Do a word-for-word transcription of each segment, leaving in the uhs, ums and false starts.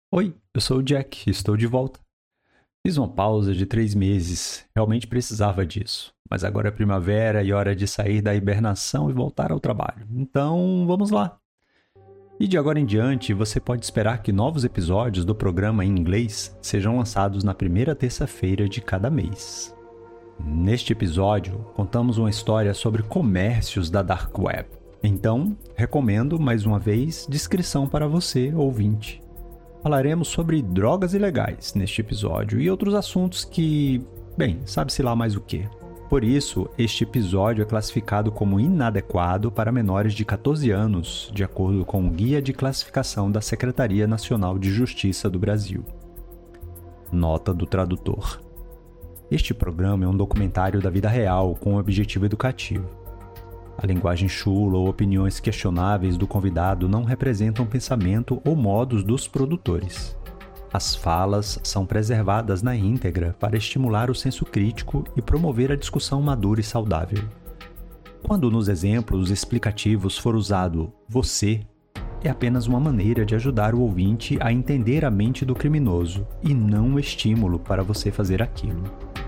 Oi, eu sou o Jack e estou de volta. Fiz uma pausa de três meses, realmente precisava disso. Mas agora é primavera e hora de sair da hibernação e voltar ao trabalho. Então, vamos lá! E de agora em diante, você pode esperar que novos episódios do programa em inglês sejam lançados na primeira terça-feira de cada mês. Neste episódio, contamos uma história sobre comércios da Dark Web. Então, recomendo, mais uma vez, discrição para você, ouvinte. Falaremos sobre drogas ilegais neste episódio e outros assuntos que, bem, sabe-se lá mais o quê. Por isso, este episódio é classificado como inadequado para menores de catorze anos, de acordo com o Guia de Classificação da Secretaria Nacional de Justiça do Brasil. Nota do tradutor. Este programa é um documentário da vida real com um objetivo educativo. A linguagem chula ou opiniões questionáveis do convidado não representam pensamento ou modos dos produtores. As falas são preservadas na íntegra para estimular o senso crítico e promover a discussão madura e saudável. Quando nos exemplos explicativos for usado você, é apenas uma maneira de ajudar o ouvinte a entender a mente do criminoso e não um estímulo para você fazer aquilo.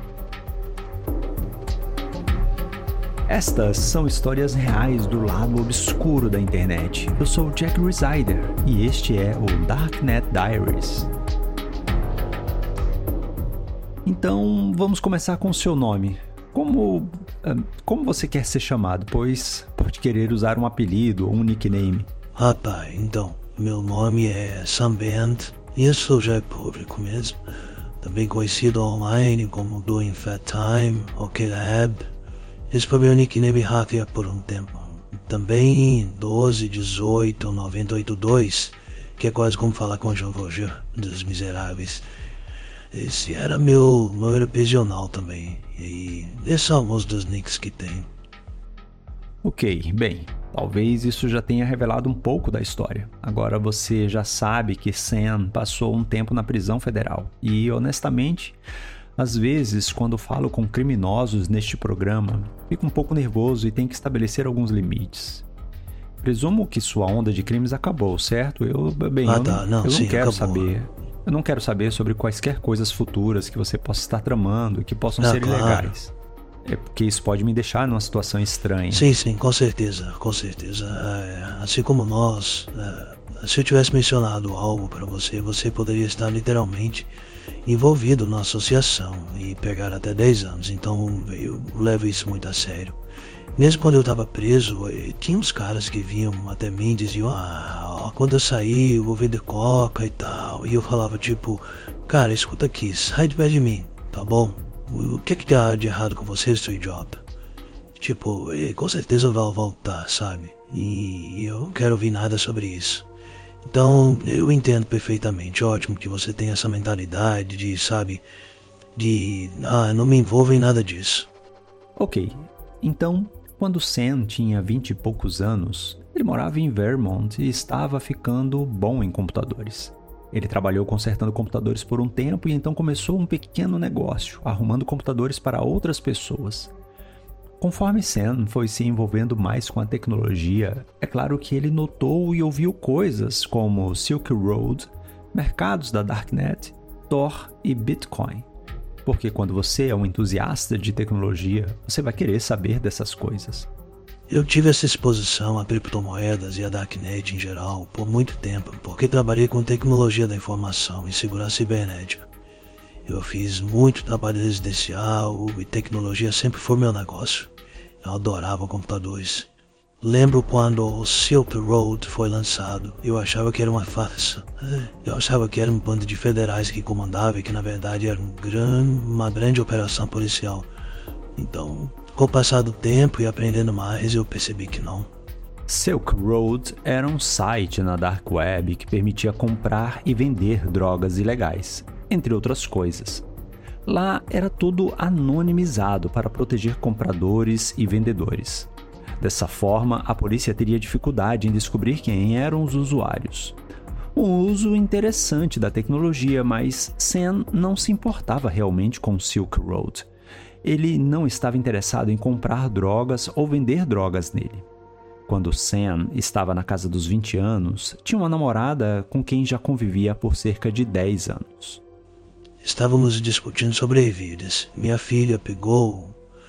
Estas são histórias reais do lado obscuro da internet. Eu sou o Jack Resider e este é o Darknet Diaries. Então, vamos começar com o seu nome. Como, como você quer ser chamado? Pois pode querer usar um apelido ou um nickname. Ah, tá. Então, meu nome é Sam Band e eu sou já público mesmo. Também conhecido online como Doing Fat Time ou K-Lab. Esse foi meu nickname hacker por um tempo. Também em doze, dezoito, noventa e oito, dois, que é quase como falar com o João Roger dos Miseráveis. Esse era meu número prisional também. E esses são alguns dos nicks que tem. Ok, bem, talvez isso já tenha revelado um pouco da história. Agora você já sabe que Sam passou um tempo na prisão federal. E, honestamente, às vezes, quando falo com criminosos neste programa, fico um pouco nervoso e tenho que estabelecer alguns limites. Presumo que sua onda de crimes acabou, certo? Eu, bem, ah, eu, tá. não, eu sim, não quero acabou. saber. Eu não quero saber sobre quaisquer coisas futuras que você possa estar tramando e que possam ah, ser claro. ilegais. É porque isso pode me deixar numa situação estranha. Sim, sim, com certeza, com certeza. É, assim como nós, é, se eu tivesse mencionado algo para você, você poderia estar literalmente envolvido na associação e pegar até dez anos, então eu levo isso muito a sério. Mesmo quando eu estava preso, tinha uns caras que vinham até mim e diziam, ah, quando eu sair eu vou vender coca e tal, e eu falava tipo, cara, escuta aqui, sai de perto de mim, tá bom? O que que tá de errado com você, seu idiota? Tipo, com certeza vai voltar, sabe? E eu não quero ouvir nada sobre isso. Então, eu entendo perfeitamente, ótimo que você tem essa mentalidade de, sabe, de, ah, não me envolvo em nada disso. Ok, então, quando Sam tinha vinte e poucos anos, ele morava em Vermont e estava ficando bom em computadores. Ele trabalhou consertando computadores por um tempo e então começou um pequeno negócio, arrumando computadores para outras pessoas. Conforme Sam foi se envolvendo mais com a tecnologia, é claro que ele notou e ouviu coisas como Silk Road, mercados da Darknet, Tor e Bitcoin. Porque quando você é um entusiasta de tecnologia, você vai querer saber dessas coisas. Eu tive essa exposição a criptomoedas e a Darknet em geral por muito tempo, porque trabalhei com tecnologia da informação e segurança cibernética. Eu fiz muito trabalho residencial e tecnologia sempre foi meu negócio. Eu adorava computadores. Lembro quando o Silk Road foi lançado, eu achava que era uma farsa. Eu achava que era um bando de federais que comandava e que na verdade era um gran, uma grande operação policial. Então, com o passar do tempo e aprendendo mais, eu percebi que não. Silk Road era um site na Dark Web que permitia comprar e vender drogas ilegais, entre outras coisas. Lá era tudo anonimizado para proteger compradores e vendedores. Dessa forma, a polícia teria dificuldade em descobrir quem eram os usuários. Um uso interessante da tecnologia, mas Sam não se importava realmente com Silk Road. Ele não estava interessado em comprar drogas ou vender drogas nele. quando Sam estava na casa dos vinte anos, tinha uma namorada com quem já convivia por cerca de dez anos. Estávamos discutindo sobre vidas. Minha filha pegou...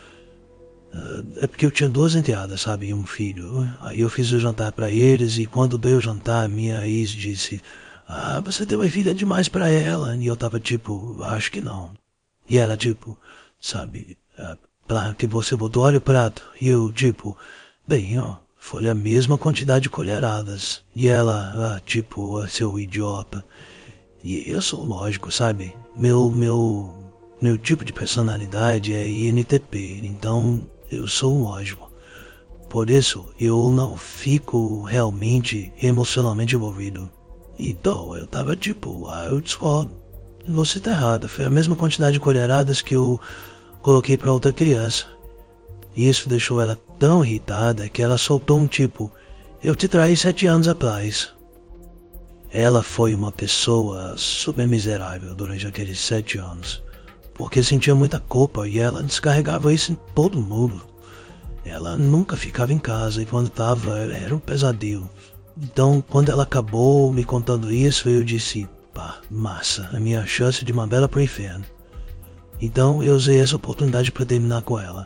Uh, é porque eu tinha duas enteadas, sabe, e um filho. Aí eu fiz o jantar para eles e quando dei o jantar, minha ex disse: ah, você tem uma filha demais para ela. E eu tava tipo, acho que não. E ela tipo, sabe, uh, pra que você botou óleo prato. E eu tipo, bem, ó, foi a mesma quantidade de colheradas. E ela, ah, tipo, seu idiota. E eu sou lógico, sabe? Meu, meu, meu tipo de personalidade é I N T P, então eu sou lógico. Por isso, eu não fico realmente emocionalmente envolvido. Então, eu tava tipo, ah, eu discordo. Você tá errado, foi a mesma quantidade de colheradas que eu coloquei pra outra criança. E isso deixou ela tão irritada que ela soltou um tipo, eu te traí sete anos atrás. Ela foi uma pessoa super miserável durante aqueles sete anos, porque sentia muita culpa e ela descarregava isso em todo mundo. Ela nunca ficava em casa e quando estava era um pesadelo. Então, quando ela acabou me contando isso, eu disse, pá, massa, a minha chance de uma bela pro inferno. Então, eu usei essa oportunidade para terminar com ela.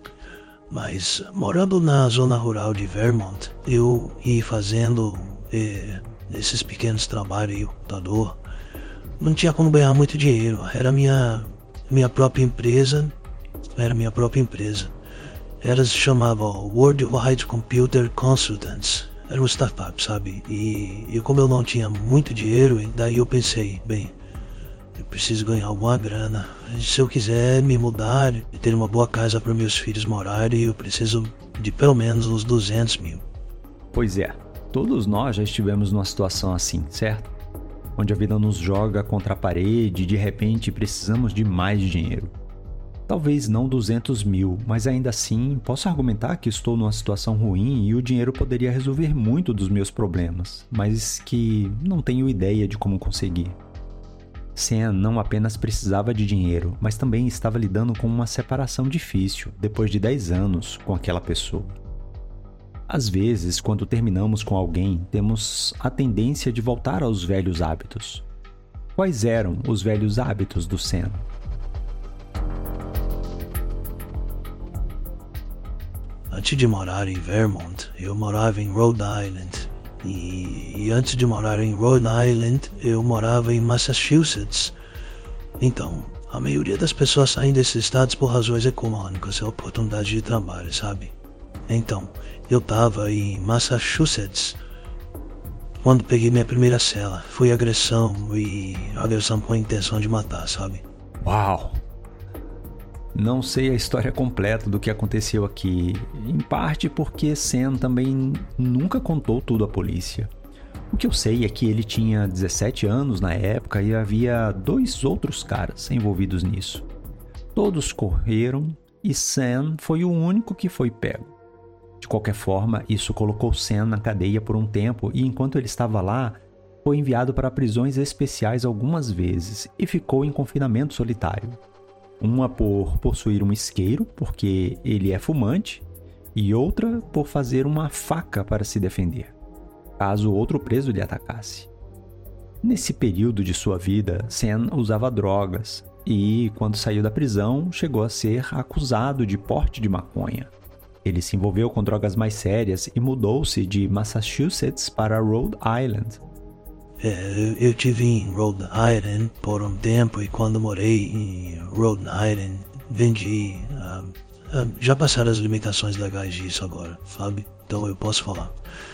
Mas, morando na zona rural de Vermont, eu ia fazendo... Eh, esses pequenos trabalhos aí, o computador, não tinha como ganhar muito dinheiro. Era minha minha própria empresa, era minha própria empresa. Ela se chamava Worldwide Computer Consultants. Era um startup, sabe? E, e como eu não tinha muito dinheiro, daí eu pensei, bem, eu preciso ganhar alguma grana. Se eu quiser me mudar e ter uma boa casa para meus filhos morarem, eu preciso de pelo menos uns duzentos mil. Pois é. Todos nós já estivemos numa situação assim, certo? Onde a vida nos joga contra a parede e de repente precisamos de mais dinheiro. Talvez não duzentos mil, mas ainda assim posso argumentar que estou numa situação ruim e o dinheiro poderia resolver muito dos meus problemas, mas que não tenho ideia de como conseguir. Sam não apenas precisava de dinheiro, mas também estava lidando com uma separação difícil depois de dez anos com aquela pessoa. Às vezes, quando terminamos com alguém, temos a tendência de voltar aos velhos hábitos. Quais eram os velhos hábitos do Sam? Antes de morar em Vermont, eu morava em Rhode Island. E, e antes de morar em Rhode Island, eu morava em Massachusetts. Então, a maioria das pessoas saem desses estados por razões econômicas, é oportunidade de trabalho, sabe? Então, eu tava em Massachusetts quando peguei minha primeira cela. Foi agressão e agressão com a intenção de matar, sabe? Uau! Não sei a história completa do que aconteceu aqui, em parte porque Sam também nunca contou tudo à polícia. O que eu sei é que ele tinha dezessete anos na época e havia dois outros caras envolvidos nisso. Todos correram e Sam foi o único que foi pego. De qualquer forma, isso colocou Sam na cadeia por um tempo e enquanto ele estava lá, foi enviado para prisões especiais algumas vezes e ficou em confinamento solitário. Uma por possuir um isqueiro, porque ele é fumante, e outra por fazer uma faca para se defender, caso outro preso lhe atacasse. Nesse período de sua vida, Sam usava drogas e, quando saiu da prisão, chegou a ser acusado de porte de maconha. Ele se envolveu com drogas mais sérias e mudou-se de Massachusetts para Rhode Island. É, eu tive em Rhode Island por um tempo e quando morei em Rhode Island, vendi... Uh, uh, já passaram as limitações legais disso agora, sabe? Então eu posso falar.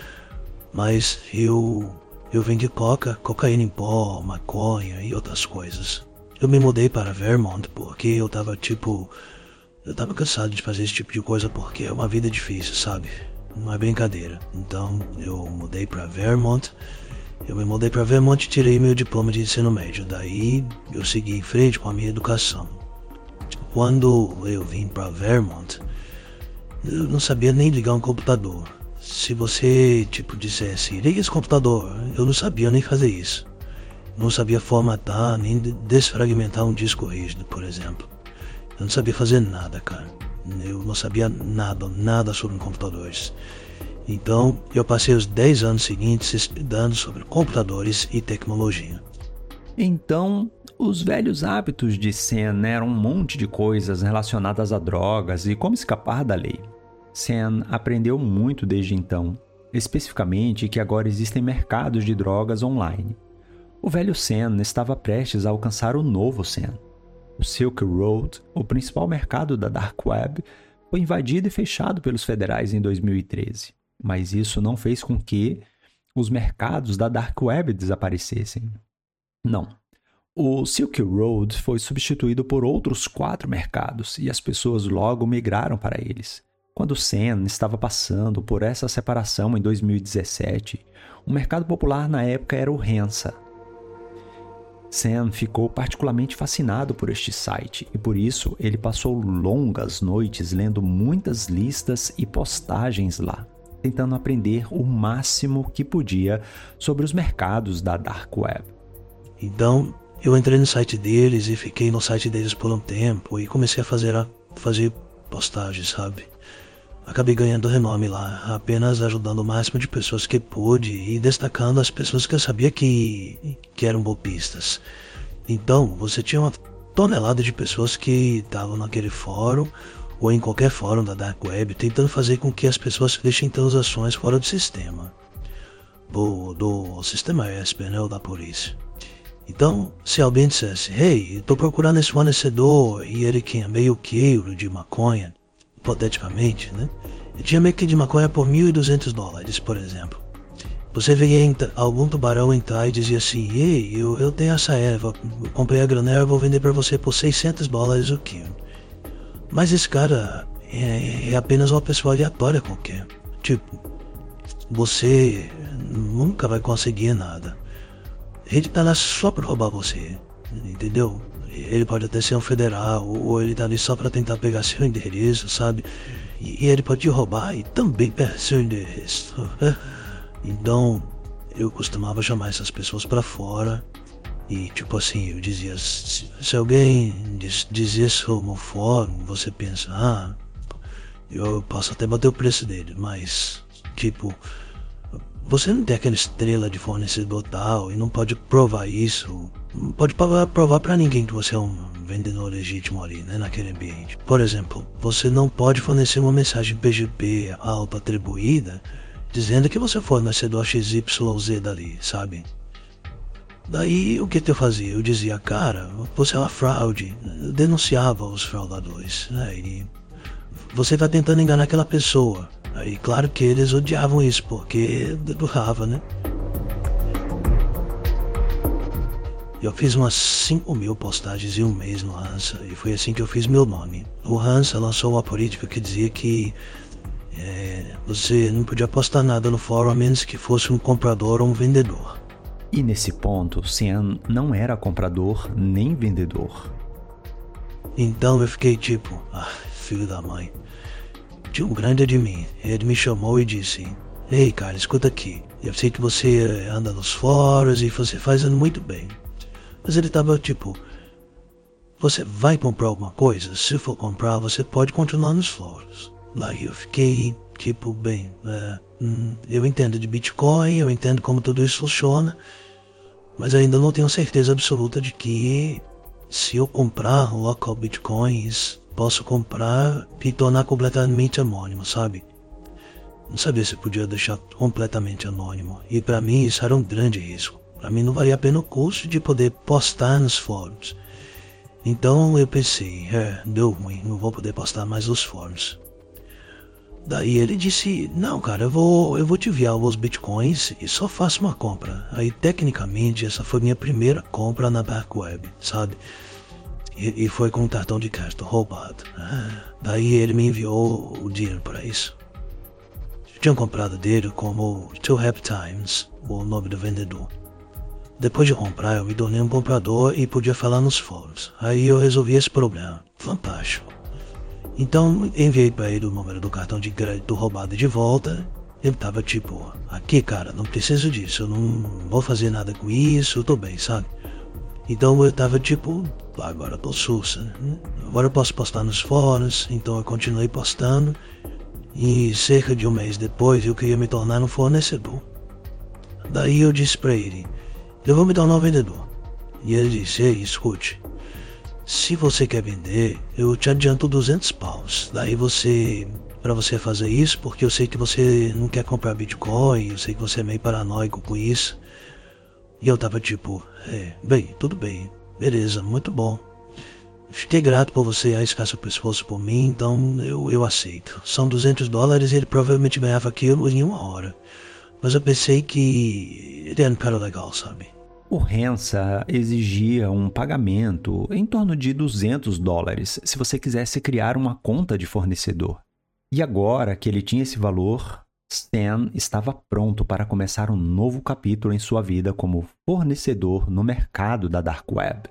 Mas eu, eu vendi coca, cocaína em pó, maconha e outras coisas. Eu me mudei para Vermont porque eu tava tipo... Eu tava cansado de fazer esse tipo de coisa porque é uma vida difícil, sabe? Não é brincadeira. Então eu mudei pra Vermont. Eu me mudei pra Vermont e tirei meu diploma de ensino médio. Daí eu segui em frente com a minha educação. Quando eu vim pra Vermont, eu não sabia nem ligar um computador. Se você, tipo, dissesse, liga esse computador, eu não sabia nem fazer isso. Não sabia formatar, nem desfragmentar um disco rígido, por exemplo. Eu não sabia fazer nada, cara. Eu não sabia nada, nada sobre computadores. Então, eu passei os dez anos seguintes estudando sobre computadores e tecnologia. Então, os velhos hábitos de Sam eram um monte de coisas relacionadas a drogas e como escapar da lei. Sam aprendeu muito desde então, especificamente que agora existem mercados de drogas online. O velho Sam estava prestes a alcançar o novo Sam. O Silk Road, o principal mercado da Dark Web, foi invadido e fechado pelos federais em dois mil e treze. Mas isso não fez com que os mercados da Dark Web desaparecessem. Não. O Silk Road foi substituído por outros quatro mercados e as pessoas logo migraram para eles. Quando Sam estava passando por essa separação em dois mil e dezessete, o mercado popular na época era o Hansa. Sam ficou particularmente fascinado por este site e por isso ele passou longas noites lendo muitas listas e postagens lá, tentando aprender o máximo que podia sobre os mercados da Dark Web. Então, eu entrei no site deles e fiquei no site deles por um tempo e comecei a fazer, a fazer postagens, sabe? Acabei ganhando renome lá, apenas ajudando o máximo de pessoas que pude e destacando as pessoas que eu sabia que, que eram golpistas. Então, você tinha uma tonelada de pessoas que estavam naquele fórum ou em qualquer fórum da Dark Web tentando fazer com que as pessoas deixem transações fora do sistema. Do, do sistema E S P, né, ou da polícia. Então, se alguém dissesse, hey, estou procurando esse fornecedor e ele quer meio quilo de maconha, hipoteticamente, né? Eu tinha meio que de maconha por mil e duzentos dólares, por exemplo. Você veia algum tubarão entrar e dizia assim, ei, eu, eu tenho essa erva, eu comprei a granel e vou vender para você por seiscentos dólares o quilo. Mas esse cara é, é apenas uma pessoa aleatória qualquer. Tipo, você nunca vai conseguir nada. Ele tá lá só pra roubar você, entendeu? Ele pode até ser um federal, ou ele tá ali só pra tentar pegar seu endereço, sabe? E, e ele pode te roubar e também pegar seu endereço. Então, eu costumava chamar essas pessoas pra fora. E tipo assim, eu dizia, se, se alguém diz, diz isso no fórum, você pensa, ah, eu posso até bater o preço dele, mas, tipo, você não tem aquela estrela de fornecedor tal e não pode provar isso. Não pode provar, provar pra ninguém que você é um vendedor legítimo ali, né, naquele ambiente. Por exemplo, você não pode fornecer uma mensagem P G P auto-atribuída dizendo que você é fornecedor X Y Z dali, sabe? Daí, o que eu fazia? Eu dizia, cara, você é uma fraude. Eu denunciava os fraudadores, né? E você tá tentando enganar aquela pessoa. Aí, claro que eles odiavam isso, porque dedurrava, né? Eu fiz umas cinco mil postagens em um mês no Hansa, e foi assim que eu fiz meu nome. O Hansa lançou uma política que dizia que é, você não podia postar nada no fórum a menos que fosse um comprador ou um vendedor. E nesse ponto, Sam não era comprador nem vendedor. Então eu fiquei tipo, ah, filho da mãe. Tinha um grande de mim, ele me chamou e disse, ei cara, escuta aqui, eu sei que você anda nos fóruns e você faz muito bem. Mas ele tava tipo, você vai comprar alguma coisa? Se for comprar, você pode continuar nos fóruns. Lá eu fiquei tipo, bem, é, hum, eu entendo de Bitcoin, eu entendo como tudo isso funciona, mas ainda não tenho certeza absoluta de que se eu comprar local Bitcoins, posso comprar e tornar completamente anônimo, sabe? Não sabia se podia deixar completamente anônimo, e pra mim isso era um grande risco. Pra mim não valia a pena o custo de poder postar nos fóruns. Então eu pensei, é, deu ruim, não vou poder postar mais nos fóruns. Daí ele disse, não cara, eu vou, eu vou te enviar os bitcoins e só faço uma compra. Aí tecnicamente essa foi minha primeira compra na Dark Web, sabe? E, e foi com um cartão de crédito roubado. Daí ele me enviou o dinheiro para isso. Eu tinha comprado dele como Two Happy Times, o nome do vendedor. Depois de comprar, eu me tornei um comprador e podia falar nos fóruns. Aí eu resolvi esse problema. Fantástico. Então enviei para ele o número do cartão de crédito roubado de volta. Ele tava tipo, aqui cara, não preciso disso, eu não vou fazer nada com isso, eu tô bem, sabe? Então eu tava tipo, opa, agora eu tô sussa, né? Agora eu posso postar nos fóruns, então eu continuei postando, e cerca de um mês depois eu queria me tornar um fornecedor. Daí eu disse pra ele, eu vou me tornar um vendedor. E ele disse, ei, escute, se você quer vender, eu te adianto duzentos paus, daí você... Pra você fazer isso, porque eu sei que você não quer comprar Bitcoin, eu sei que você é meio paranoico com isso. E eu tava tipo, é, bem, tudo bem, beleza, muito bom. Fiquei grato por você arriscar seu pescoço por mim, então eu, eu aceito. São duzentos dólares e ele provavelmente ganhava aquilo em uma hora. Mas eu pensei que ele era um cara legal, sabe? O Rensa exigia um pagamento em torno de duzentos dólares se você quisesse criar uma conta de fornecedor. E agora que ele tinha esse valor, Stan estava pronto para começar um novo capítulo em sua vida como fornecedor no mercado da Dark Web.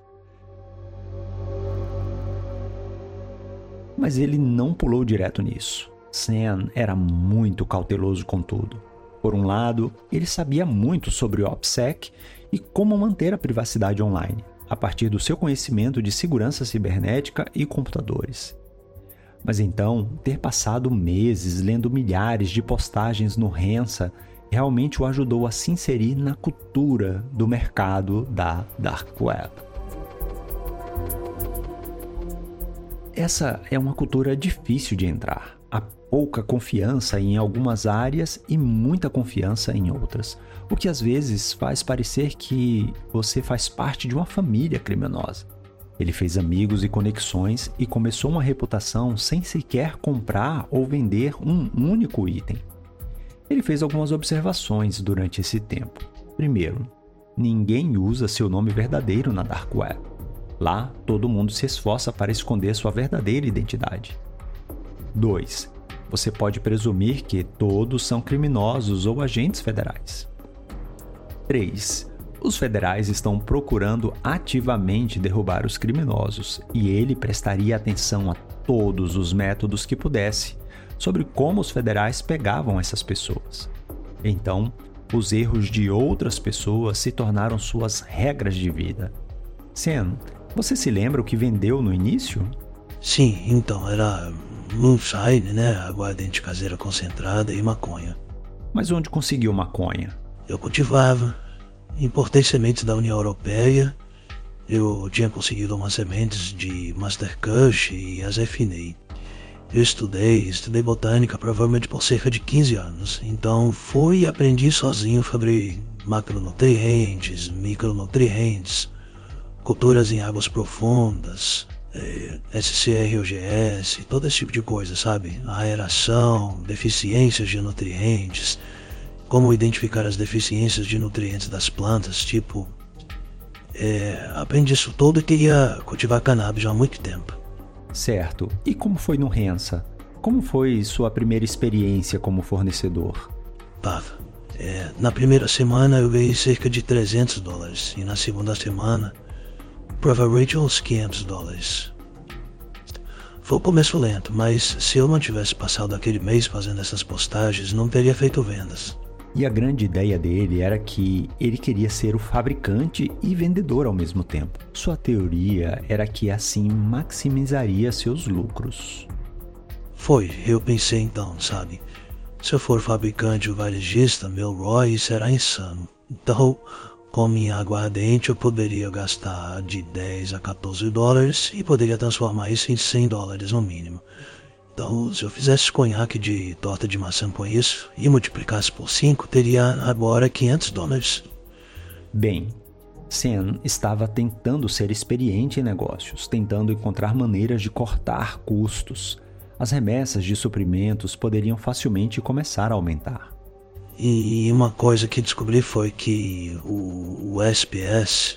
Mas ele não pulou direto nisso. Stan era muito cauteloso com tudo. Por um lado, ele sabia muito sobre o OPSEC e como manter a privacidade online, a partir do seu conhecimento de segurança cibernética e computadores. Mas então, ter passado meses lendo milhares de postagens no Rensa realmente o ajudou a se inserir na cultura do mercado da Dark Web. Essa é uma cultura difícil de entrar. Há pouca confiança em algumas áreas e muita confiança em outras, o que às vezes faz parecer que você faz parte de uma família criminosa. Ele fez amigos e conexões e começou uma reputação sem sequer comprar ou vender um único item. Ele fez algumas observações durante esse tempo. Primeiro, ninguém usa seu nome verdadeiro na Dark Web. Lá, todo mundo se esforça para esconder sua verdadeira identidade. dois. Você pode presumir que todos são criminosos ou agentes federais. três. Os federais estão procurando ativamente derrubar os criminosos e ele prestaria atenção a todos os métodos que pudesse sobre como os federais pegavam essas pessoas. Então, os erros de outras pessoas se tornaram suas regras de vida. Sam, você se lembra o que vendeu no início? Sim, então era moonshine, né? Aguardente caseira concentrada e maconha. Mas onde conseguiu maconha? Eu cultivava. Importei sementes da União Europeia, eu tinha conseguido umas sementes de Master Kush e as refinei. Eu estudei, estudei botânica provavelmente por cerca de quinze anos, então fui e aprendi sozinho sobre macronutrientes, micronutrientes, culturas em águas profundas, S C R O G S, todo esse tipo de coisa, sabe? Aeração, deficiências de nutrientes, como identificar as deficiências de nutrientes das plantas, tipo... É, aprendi isso tudo e queria cultivar cannabis já há muito tempo. Certo. E como foi no Rensa? Como foi sua primeira experiência como fornecedor? Pava, é, na primeira semana eu ganhei cerca de trezentos dólares e na segunda semana provavelmente uns quinhentos dólares. Foi um começo lento, mas se eu não tivesse passado aquele mês fazendo essas postagens, não teria feito vendas. E a grande ideia dele era que ele queria ser o fabricante e vendedor ao mesmo tempo. Sua teoria era que assim maximizaria seus lucros. Foi, eu pensei então, sabe? Se eu for fabricante ou varejista, meu R O I será insano. Então, com minha aguardente eu poderia gastar de dez a quatorze dólares e poderia transformar isso em cem dólares no mínimo. Então, se eu fizesse conhaque de torta de maçã com isso e multiplicasse por cinco, teria agora quinhentos dólares. Bem, Sam estava tentando ser experiente em negócios, tentando encontrar maneiras de cortar custos. As remessas de suprimentos poderiam facilmente começar a aumentar. E, e uma coisa que descobri foi que o, o S P S,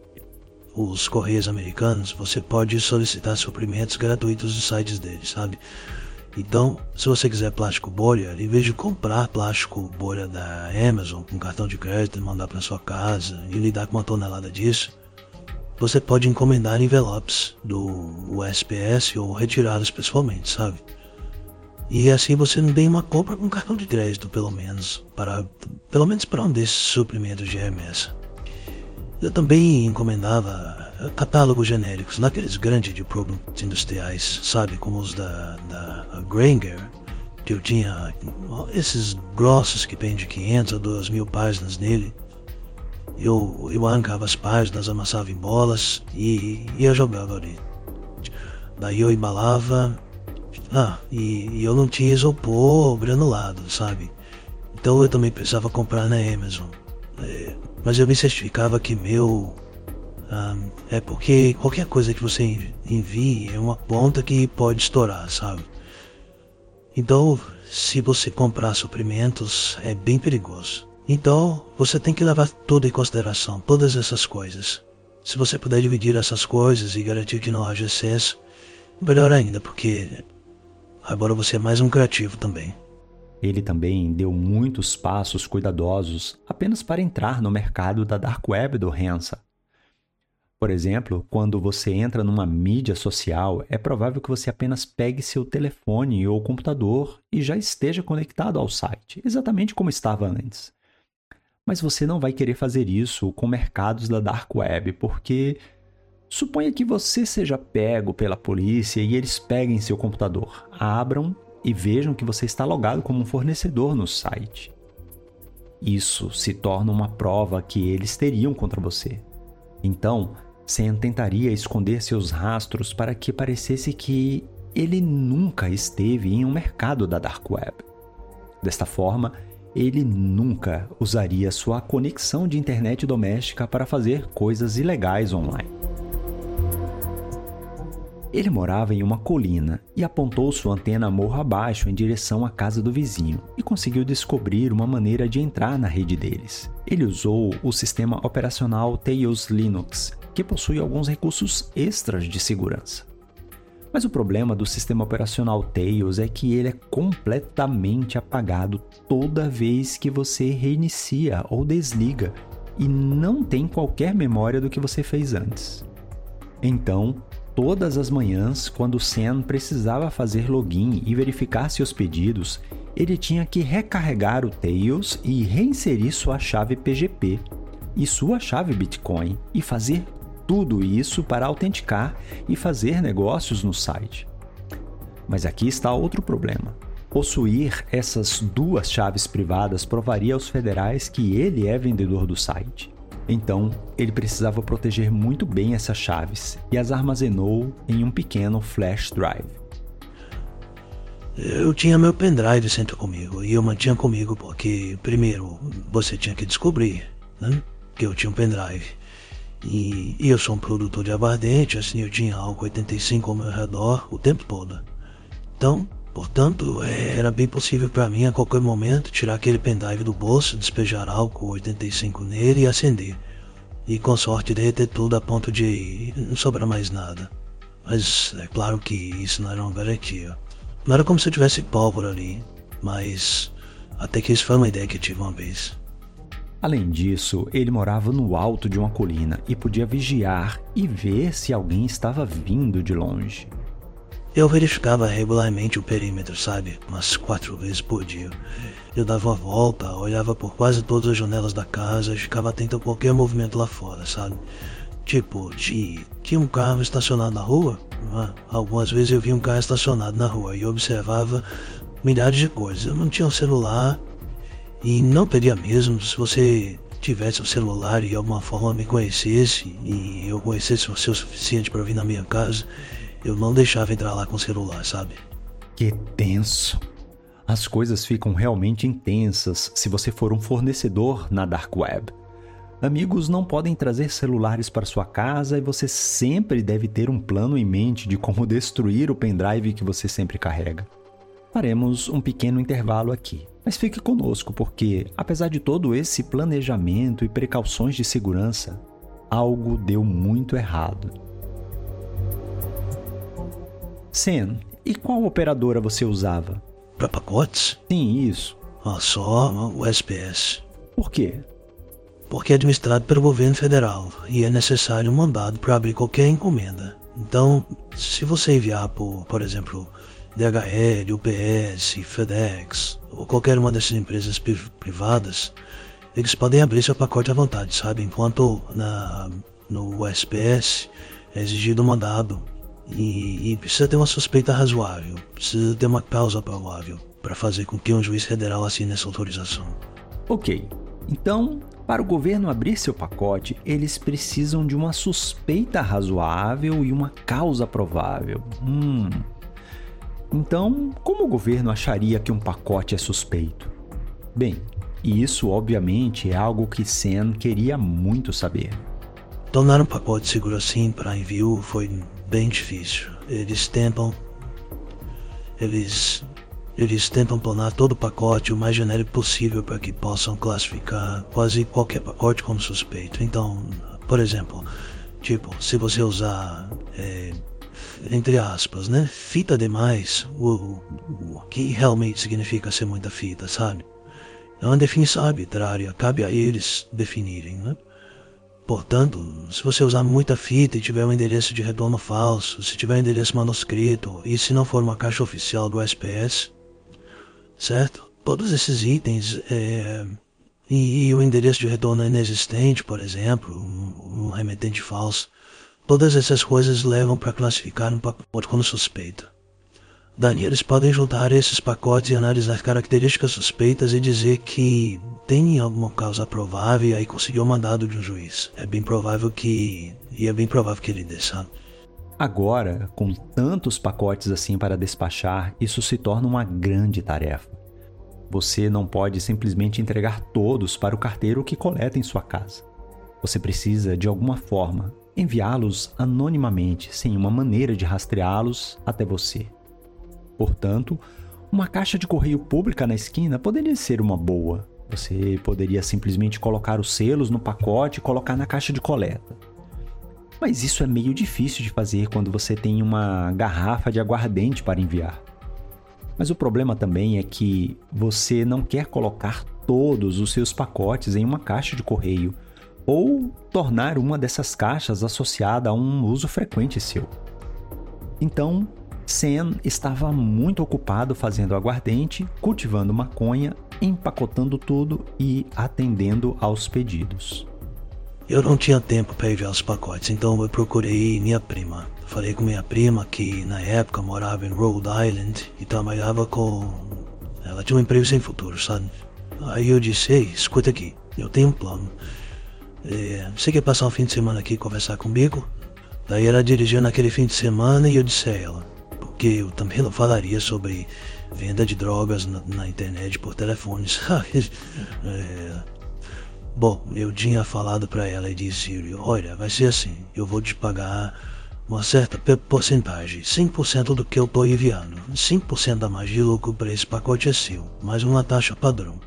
os Correios Americanos, você pode solicitar suprimentos gratuitos dos sites deles, sabe? Então, se você quiser plástico bolha, em vez de comprar plástico bolha da Amazon com cartão de crédito e mandar para sua casa e lidar com uma tonelada disso, você pode encomendar envelopes do U S P S ou retirá-los pessoalmente, sabe? E assim você não tem uma compra com cartão de crédito, pelo menos, para, pelo menos para um desses suprimentos de remessa. Eu também encomendava catálogos genéricos, naqueles grandes de produtos industriais, sabe, como os da, da Grainger, que eu tinha esses grossos que tem de quinhentas a duas mil páginas nele. Eu, eu arrancava as páginas, amassava em bolas e ia jogando ali. Daí eu embalava, ah, e, e eu não tinha isopor granulado, sabe? Então eu também precisava comprar na Amazon. É, mas eu me certificava que meu... Ah, é porque qualquer coisa que você envie é uma ponta que pode estourar, sabe? Então, se você comprar suprimentos, é bem perigoso. Então, você tem que levar tudo em consideração, todas essas coisas. Se você puder dividir essas coisas e garantir que não haja excesso, melhor ainda, porque agora você é mais um criativo também. Ele também deu muitos passos cuidadosos apenas para entrar no mercado da Dark Web do Hansa. Por exemplo, quando você entra numa mídia social, é provável que você apenas pegue seu telefone ou computador e já esteja conectado ao site, exatamente como estava antes. Mas você não vai querer fazer isso com mercados da Dark Web, porque suponha que você seja pego pela polícia e eles peguem seu computador, abram e vejam que você está logado como um fornecedor no site. Isso se torna uma prova que eles teriam contra você. Então, Sam tentaria esconder seus rastros para que parecesse que ele nunca esteve em um mercado da Dark Web. Desta forma, ele nunca usaria sua conexão de internet doméstica para fazer coisas ilegais online. Ele morava em uma colina e apontou sua antena morro abaixo em direção à casa do vizinho e conseguiu descobrir uma maneira de entrar na rede deles. Ele usou o sistema operacional Tails Linux, que possui alguns recursos extras de segurança. Mas o problema do sistema operacional Tails é que ele é completamente apagado toda vez que você reinicia ou desliga e não tem qualquer memória do que você fez antes. Então, todas as manhãs, quando Sam precisava fazer login e verificar seus pedidos, ele tinha que recarregar o Tails e reinserir sua chave P G P e sua chave Bitcoin e fazer tudo isso para autenticar e fazer negócios no site. Mas aqui está outro problema. Possuir essas duas chaves privadas provaria aos federais que ele é vendedor do site. Então, ele precisava proteger muito bem essas chaves e as armazenou em um pequeno flash drive. Eu tinha meu pendrive sempre comigo e eu mantinha comigo porque, primeiro, você tinha que descobrir, né, que eu tinha um pendrive. E, e eu sou um produtor de aguardente, assim, eu tinha álcool oitenta e cinco ao meu redor o tempo todo. Então, portanto, era bem possível para mim a qualquer momento tirar aquele pendrive do bolso, despejar álcool oitenta e cinco nele e acender. E com sorte derreter tudo a ponto de não sobrar mais nada. Mas é claro que isso não era uma garantia. Não era como se eu tivesse pólvora ali, mas até que isso foi uma ideia que eu tive uma vez. Além disso, ele morava no alto de uma colina e podia vigiar e ver se alguém estava vindo de longe. Eu verificava regularmente o perímetro, sabe? Umas quatro vezes por dia. Eu dava uma volta, olhava por quase todas as janelas da casa e ficava atento a qualquer movimento lá fora, sabe? Tipo, de, tinha um carro estacionado na rua. Ah, algumas vezes eu via um carro estacionado na rua e eu observava milhares de coisas. Eu não tinha um celular. E não teria mesmo se você tivesse um celular e de alguma forma me conhecesse e eu conhecesse você o suficiente para vir na minha casa, eu não deixava entrar lá com o celular, sabe? Que tenso! As coisas ficam realmente intensas se você for um fornecedor na Dark Web. Amigos não podem trazer celulares para sua casa e você sempre deve ter um plano em mente de como destruir o pendrive que você sempre carrega. Faremos um pequeno intervalo aqui. Mas fique conosco porque, apesar de todo esse planejamento e precauções de segurança, algo deu muito errado. Sam, e qual operadora você usava? Para pacotes? Sim, isso. Ah, só o S P S. Por quê? Porque é administrado pelo governo federal e é necessário um mandado para abrir qualquer encomenda. Então, se você enviar por, por exemplo, D H L, U P S, FedEx ou qualquer uma dessas empresas privadas, eles podem abrir seu pacote à vontade, sabe? Enquanto na, no U S P S é exigido um mandado e, e precisa ter uma suspeita razoável, precisa ter uma causa provável para fazer com que um juiz federal assine essa autorização. Ok, então, para o governo abrir seu pacote, eles precisam de uma suspeita razoável e uma causa provável. Hum... Então, como o governo acharia que um pacote é suspeito? Bem, isso obviamente é algo que Sam queria muito saber. Tornar um pacote seguro assim para envio foi bem difícil. Eles tentam... Eles... Eles tentam tornar todo o pacote o mais genérico possível para que possam classificar quase qualquer pacote como suspeito. Então, por exemplo, tipo, se você usar... É, entre aspas, né? Fita demais, o, o, o que realmente significa ser muita fita, sabe? É uma definição arbitrária, cabe a eles definirem, né? Portanto, se você usar muita fita e tiver um endereço de retorno falso, se tiver um endereço manuscrito, e se não for uma caixa oficial do U S P S, certo? Todos esses itens, é, e, e o endereço de retorno inexistente, por exemplo, um, um remetente falso, todas essas coisas levam para classificar um pacote como suspeito. Daí eles podem juntar esses pacotes e analisar características suspeitas e dizer que tem alguma causa provável e aí conseguir o mandado de um juiz. É bem provável que... e é bem provável que ele dê, sabe? Agora, com tantos pacotes assim para despachar, isso se torna uma grande tarefa. Você não pode simplesmente entregar todos para o carteiro que coleta em sua casa. Você precisa, de alguma forma, enviá-los anonimamente, sem uma maneira de rastreá-los até você. Portanto, uma caixa de correio pública na esquina poderia ser uma boa. Você poderia simplesmente colocar os selos no pacote e colocar na caixa de coleta. Mas isso é meio difícil de fazer quando você tem uma garrafa de aguardente para enviar. Mas o problema também é que você não quer colocar todos os seus pacotes em uma caixa de correio, ou tornar uma dessas caixas associada a um uso frequente seu. Então, Sam estava muito ocupado fazendo aguardente, cultivando maconha, empacotando tudo e atendendo aos pedidos. Eu não tinha tempo para enviar os pacotes, então eu procurei minha prima. Falei com minha prima, que na época morava em Rhode Island e trabalhava com... Ela tinha um emprego sem futuro, sabe? Aí eu disse, ei, escuta aqui, eu tenho um plano. É, você quer passar um fim de semana aqui e conversar comigo? Daí ela dirigiu naquele fim de semana e eu disse a ela, porque eu também não falaria sobre venda de drogas na, na internet por telefone, sabe? É, bom, eu tinha falado para ela e disse, olha, vai ser assim, eu vou te pagar uma certa porcentagem, cinco por cento do que eu tô enviando, cinco por cento a mais de lucro para esse pacote é seu, mais uma taxa padrão.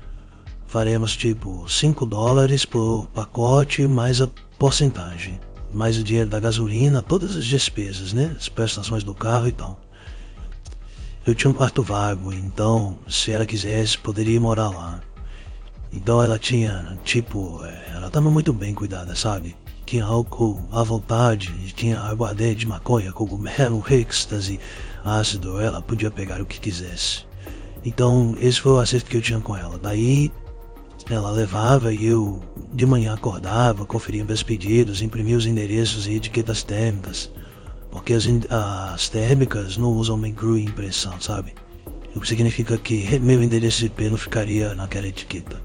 Faremos tipo cinco dólares por pacote, mais a porcentagem, mais o dinheiro da gasolina, todas as despesas, né? As prestações do carro e tal. Eu tinha um quarto vago, então, se ela quisesse, poderia morar lá. Então ela tinha, tipo, ela estava muito bem cuidada, sabe? Tinha álcool à vontade, tinha aguardente de maconha, cogumelo, êxtase, ácido, ela podia pegar o que quisesse. Então, esse foi o acerto que eu tinha com ela. Daí, ela levava e eu de manhã acordava, conferia meus pedidos, imprimia os endereços e etiquetas térmicas, porque as, as térmicas não usam main-crew em impressão, sabe? O que significa que meu endereço I P não ficaria naquela etiqueta.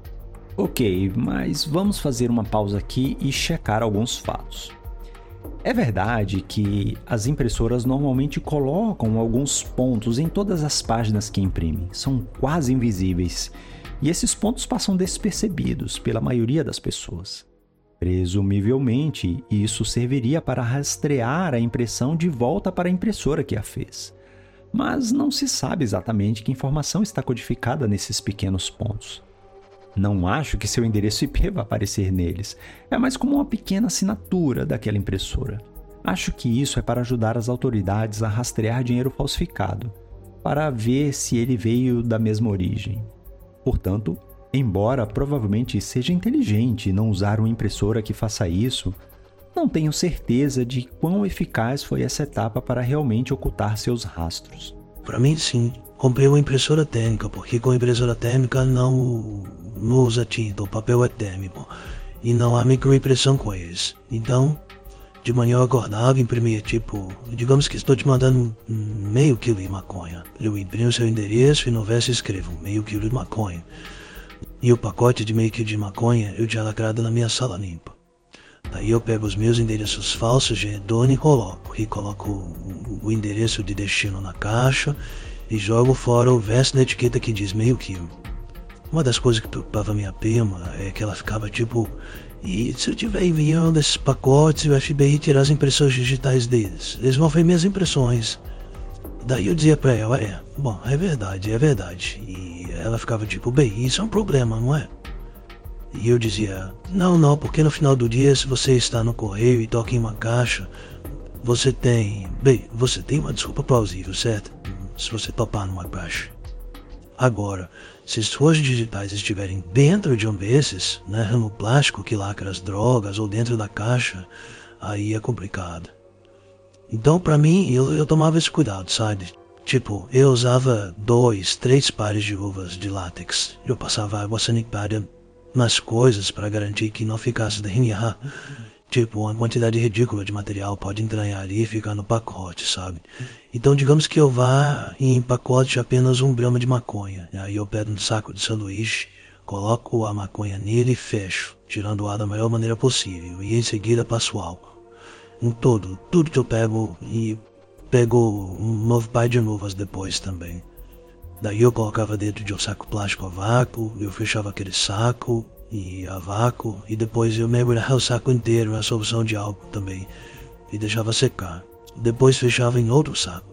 Ok, mas vamos fazer uma pausa aqui e checar alguns fatos. É verdade que as impressoras normalmente colocam alguns pontos em todas as páginas que imprimem, são quase invisíveis. E esses pontos passam despercebidos pela maioria das pessoas. Presumivelmente, isso serviria para rastrear a impressão de volta para a impressora que a fez. Mas não se sabe exatamente que informação está codificada nesses pequenos pontos. Não acho que seu endereço I P vá aparecer neles. É mais como uma pequena assinatura daquela impressora. Acho que isso é para ajudar as autoridades a rastrear dinheiro falsificado, para ver se ele veio da mesma origem. Portanto, embora provavelmente seja inteligente não usar uma impressora que faça isso, não tenho certeza de quão eficaz foi essa etapa para realmente ocultar seus rastros. Para mim, sim, comprei uma impressora térmica, porque com impressora térmica não, não usa tinta, o papel é térmico. E não há microimpressão com eles. Então, de manhã eu acordava e imprimia tipo, digamos que estou te mandando meio quilo de maconha. Eu imprimo o seu endereço e no verso escrevo meio quilo de maconha. E o pacote de meio quilo de maconha eu tinha lacrado na minha sala limpa. Daí eu pego os meus endereços falsos de retorno e coloco. E coloco o, o endereço de destino na caixa e jogo fora o verso da etiqueta que diz meio quilo. Uma das coisas que preocupava minha prima é que ela ficava tipo, e se eu tiver enviando esses pacotes e o F B I tirar as impressões digitais deles? Eles vão ver minhas impressões. Daí eu dizia pra ela, é, bom, é verdade, é verdade. E ela ficava tipo, bem, isso é um problema, não é? E eu dizia, não, não, porque no final do dia, se você está no correio e toca em uma caixa, você tem, bem, você tem uma desculpa plausível, certo? Se você topar numa caixa. Agora, se suas digitais estiverem dentro de um desses, né, no plástico que lacra as drogas ou dentro da caixa, aí é complicado. Então, pra mim, eu, eu tomava esse cuidado, sabe? Tipo, eu usava dois, três pares de luvas de látex. Eu passava água sanitária nas coisas para garantir que não ficasse D N A. Tipo, uma quantidade ridícula de material pode entranhar ali e ficar no pacote, sabe? Então, digamos que eu vá e empacote apenas um grama de maconha. Aí eu pego um saco de sanduíche, coloco a maconha nele e fecho, tirando o ar da melhor maneira possível. E em seguida passo álcool. Um todo, tudo que eu pego e pego um novo par de luvas depois também. Daí eu colocava dentro de um saco plástico a vácuo, eu fechava aquele saco e a vácuo, e depois eu mergulhava o saco inteiro na solução de álcool também, e deixava secar. Depois fechava em outro saco.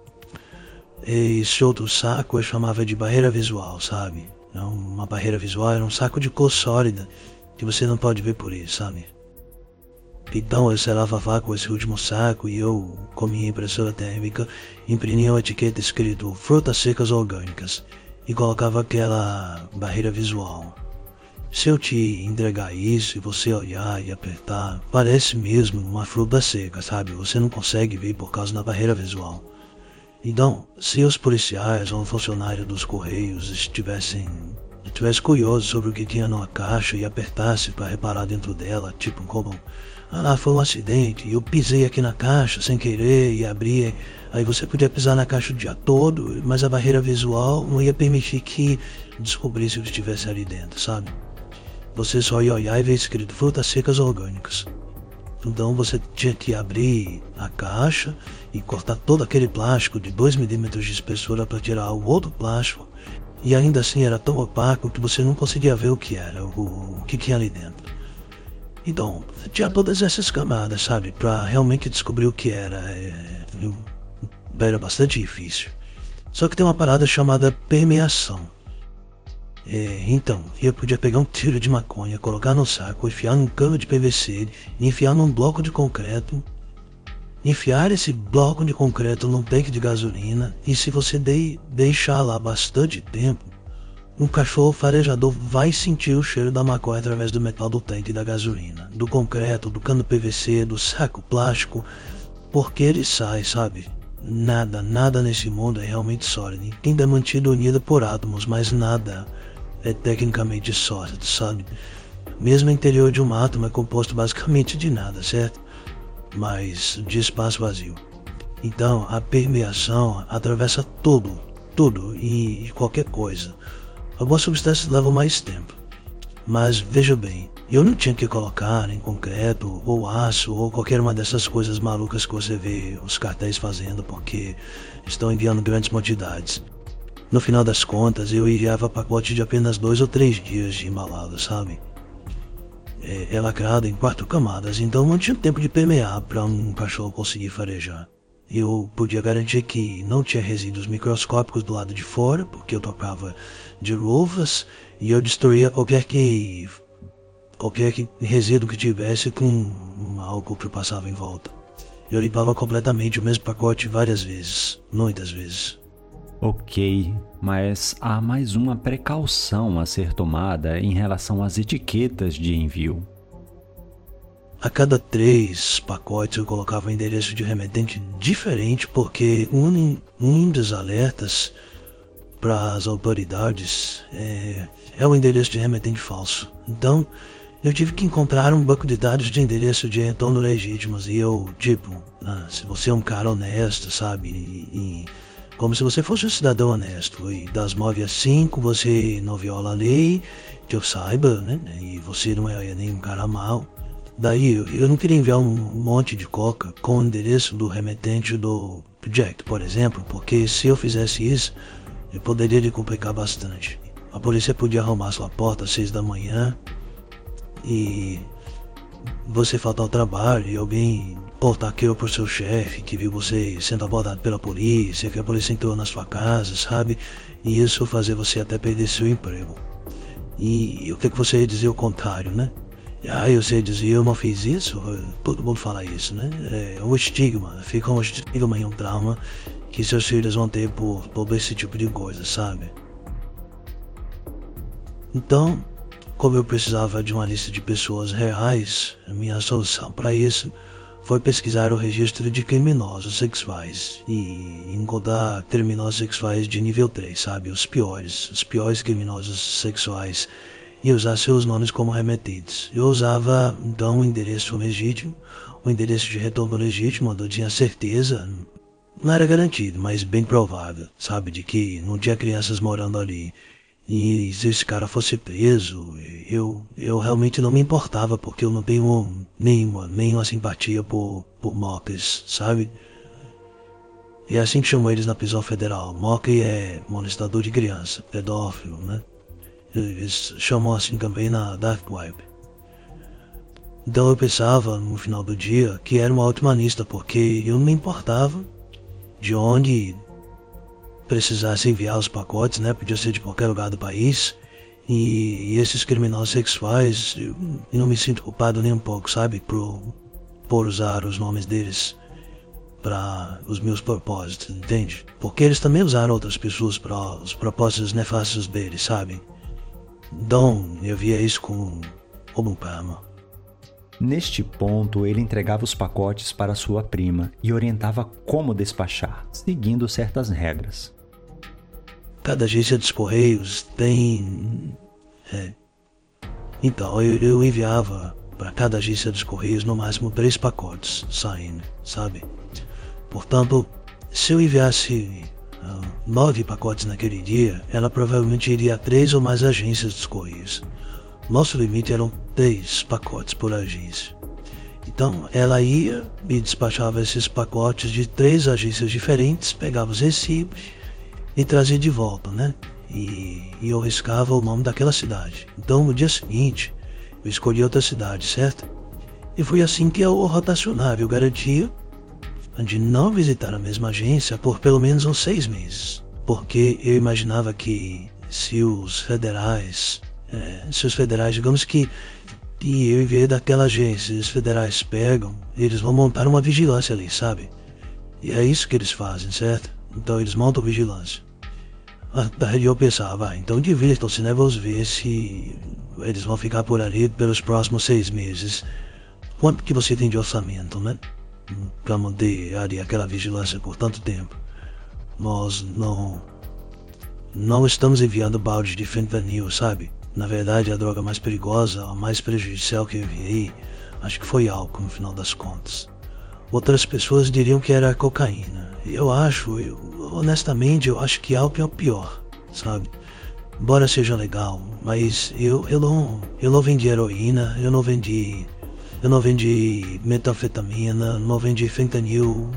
E esse outro saco eu chamava de barreira visual, sabe? Não, uma barreira visual era um saco de cor sólida, que você não pode ver por isso, sabe? Então eu selava a vácuo esse último saco e eu, com minha impressora térmica, imprimia uma etiqueta escrito frutas secas orgânicas e colocava aquela barreira visual. Se eu te entregar isso e você olhar e apertar, parece mesmo uma fruta seca, sabe? Você não consegue ver por causa da barreira visual. Então, se os policiais ou um funcionário dos Correios estivessem, estivessem curiosos sobre o que tinha numa caixa e apertasse para reparar dentro dela, tipo como, ah, foi um acidente, eu pisei aqui na caixa sem querer e abri, aí você podia pisar na caixa o dia todo, mas a barreira visual não ia permitir que descobrisse o que estivesse ali dentro, sabe? Você só ia olhar e ver escrito frutas secas orgânicas. Então você tinha que abrir a caixa e cortar todo aquele plástico de dois milímetros de espessura para tirar o outro plástico. E ainda assim era tão opaco que você não conseguia ver o que era, o, o que tinha ali dentro. Então, tinha todas essas camadas, sabe, para realmente descobrir o que era. É, eu, era bastante difícil. Só que tem uma parada chamada permeação. É, então, eu podia pegar um tiro de maconha, colocar no saco, enfiar num cano de P V C, enfiar num bloco de concreto, enfiar esse bloco de concreto num tanque de gasolina, e se você de, deixar lá bastante tempo, um cachorro farejador vai sentir o cheiro da maconha através do metal do tanque da gasolina, do concreto, do cano P V C, do saco plástico, porque ele sai, sabe? Nada, nada nesse mundo é realmente sólido, ainda é mantido unido por átomos, mas nada é tecnicamente sólido, sabe? Mesmo o interior de um átomo é composto basicamente de nada, certo? Mas de espaço vazio. Então a permeação atravessa tudo, tudo e, e qualquer coisa. Algumas substâncias levam mais tempo. Mas veja bem, eu não tinha que colocar em concreto ou aço ou qualquer uma dessas coisas malucas que você vê os cartéis fazendo porque estão enviando grandes quantidades. No final das contas, eu enviava pacote de apenas dois ou três dias de embalado, sabe? É, é lacrado em quatro camadas, então não tinha tempo de permear para um cachorro conseguir farejar. Eu podia garantir que não tinha resíduos microscópicos do lado de fora, porque eu tocava de luvas e eu destruía qualquer que qualquer que resíduo que tivesse com um álcool que passava em volta. Eu limpava completamente o mesmo pacote várias vezes, muitas vezes. Ok, mas há mais uma precaução a ser tomada em relação às etiquetas de envio. A cada três pacotes eu colocava um endereço de remetente diferente porque um, um dos alertas para as autoridades é, é o endereço de remetente falso. Então, eu tive que encontrar um banco de dados de endereço de retorno legítimos. E eu, tipo, ah, se você é um cara honesto, sabe? E, e como se você fosse um cidadão honesto. E das nove às cinco você não viola a lei, que eu saiba, né? E você não é nenhum cara mau. Daí eu, eu não queria enviar um monte de coca com o endereço do remetente do Jack, por exemplo, porque se eu fizesse isso, eu poderia lhe complicar bastante. A polícia podia arrombar sua porta às seis da manhã e você faltar ao trabalho e alguém portar aquilo pro seu chefe que viu você sendo abordado pela polícia, que a polícia entrou na sua casa, sabe? E isso fazer você até perder seu emprego. E o que, que você ia dizer o contrário, né? Ah, eu sei dizer, eu não fiz isso? Todo mundo fala isso, né? É um estigma, fica um estigma e um trauma que seus filhos vão ter por, por esse tipo de coisa, sabe? Então, como eu precisava de uma lista de pessoas reais, a minha solução para isso foi pesquisar o registro de criminosos sexuais e encontrar criminosos sexuais de nível três, sabe? Os piores, os piores criminosos sexuais, e usar seus nomes como remetentes. Eu usava, então, o endereço legítimo, o endereço de retorno legítimo, onde eu tinha certeza, não era garantido, mas bem provável, sabe, de que não tinha crianças morando ali. E se esse cara fosse preso, eu, eu realmente não me importava, porque eu não tenho nenhuma, nenhuma simpatia por, por mockers, sabe? E é assim que chamam eles na prisão federal. Mocker é molestador de criança, pedófilo, né? Eles chamam assim também na Dark Web. Então eu pensava, no final do dia, que era uma ótima lista, porque eu não me importava de onde precisasse enviar os pacotes, né? Podia ser de qualquer lugar do país. E, e esses criminosos sexuais, eu, eu não me sinto culpado nem um pouco, sabe? Por, por usar os nomes deles para os meus propósitos, entende? Porque eles também usaram outras pessoas para os propósitos nefastos deles, sabe? Então, eu via isso como, como um karma. Neste ponto, ele entregava os pacotes para sua prima e orientava como despachar, seguindo certas regras. Cada agência dos Correios tem... É. Então, eu, eu enviava para cada agência dos Correios no máximo três pacotes saindo, sabe? Portanto, se eu enviasse uh, nove pacotes naquele dia, ela provavelmente iria a três ou mais agências dos Correios. Nosso limite eram três pacotes por agência. Então, ela ia e despachava esses pacotes de três agências diferentes, pegava os recibos e trazia de volta, né? E, e eu riscava o nome daquela cidade. Então, no dia seguinte, eu escolhi outra cidade, certo? E foi assim que eu rotacionava. Eu garantia de não visitar a mesma agência por pelo menos uns seis meses. Porque eu imaginava que se os federais... É, se os federais, digamos que e eu enviei daquela agência, os federais pegam, eles vão montar uma vigilância ali, sabe? E é isso que eles fazem, certo? Então eles montam vigilância. Aí eu pensava, ah, então divirtam-se, né? Vamos ver se eles vão ficar por ali pelos próximos seis meses. Quanto que você tem de orçamento, né? Pra manter ali aquela vigilância por tanto tempo. Nós não... Não estamos enviando balde de fentanil, sabe? Na verdade, a droga mais perigosa, a mais prejudicial que eu enviei, acho que foi álcool no final das contas. Outras pessoas diriam que era cocaína. Eu acho, eu, honestamente, eu acho que álcool é o pior, sabe? Embora seja legal, mas eu, eu, não, eu não vendi heroína, eu não vendi, eu não vendi metanfetamina, não vendi fentanil.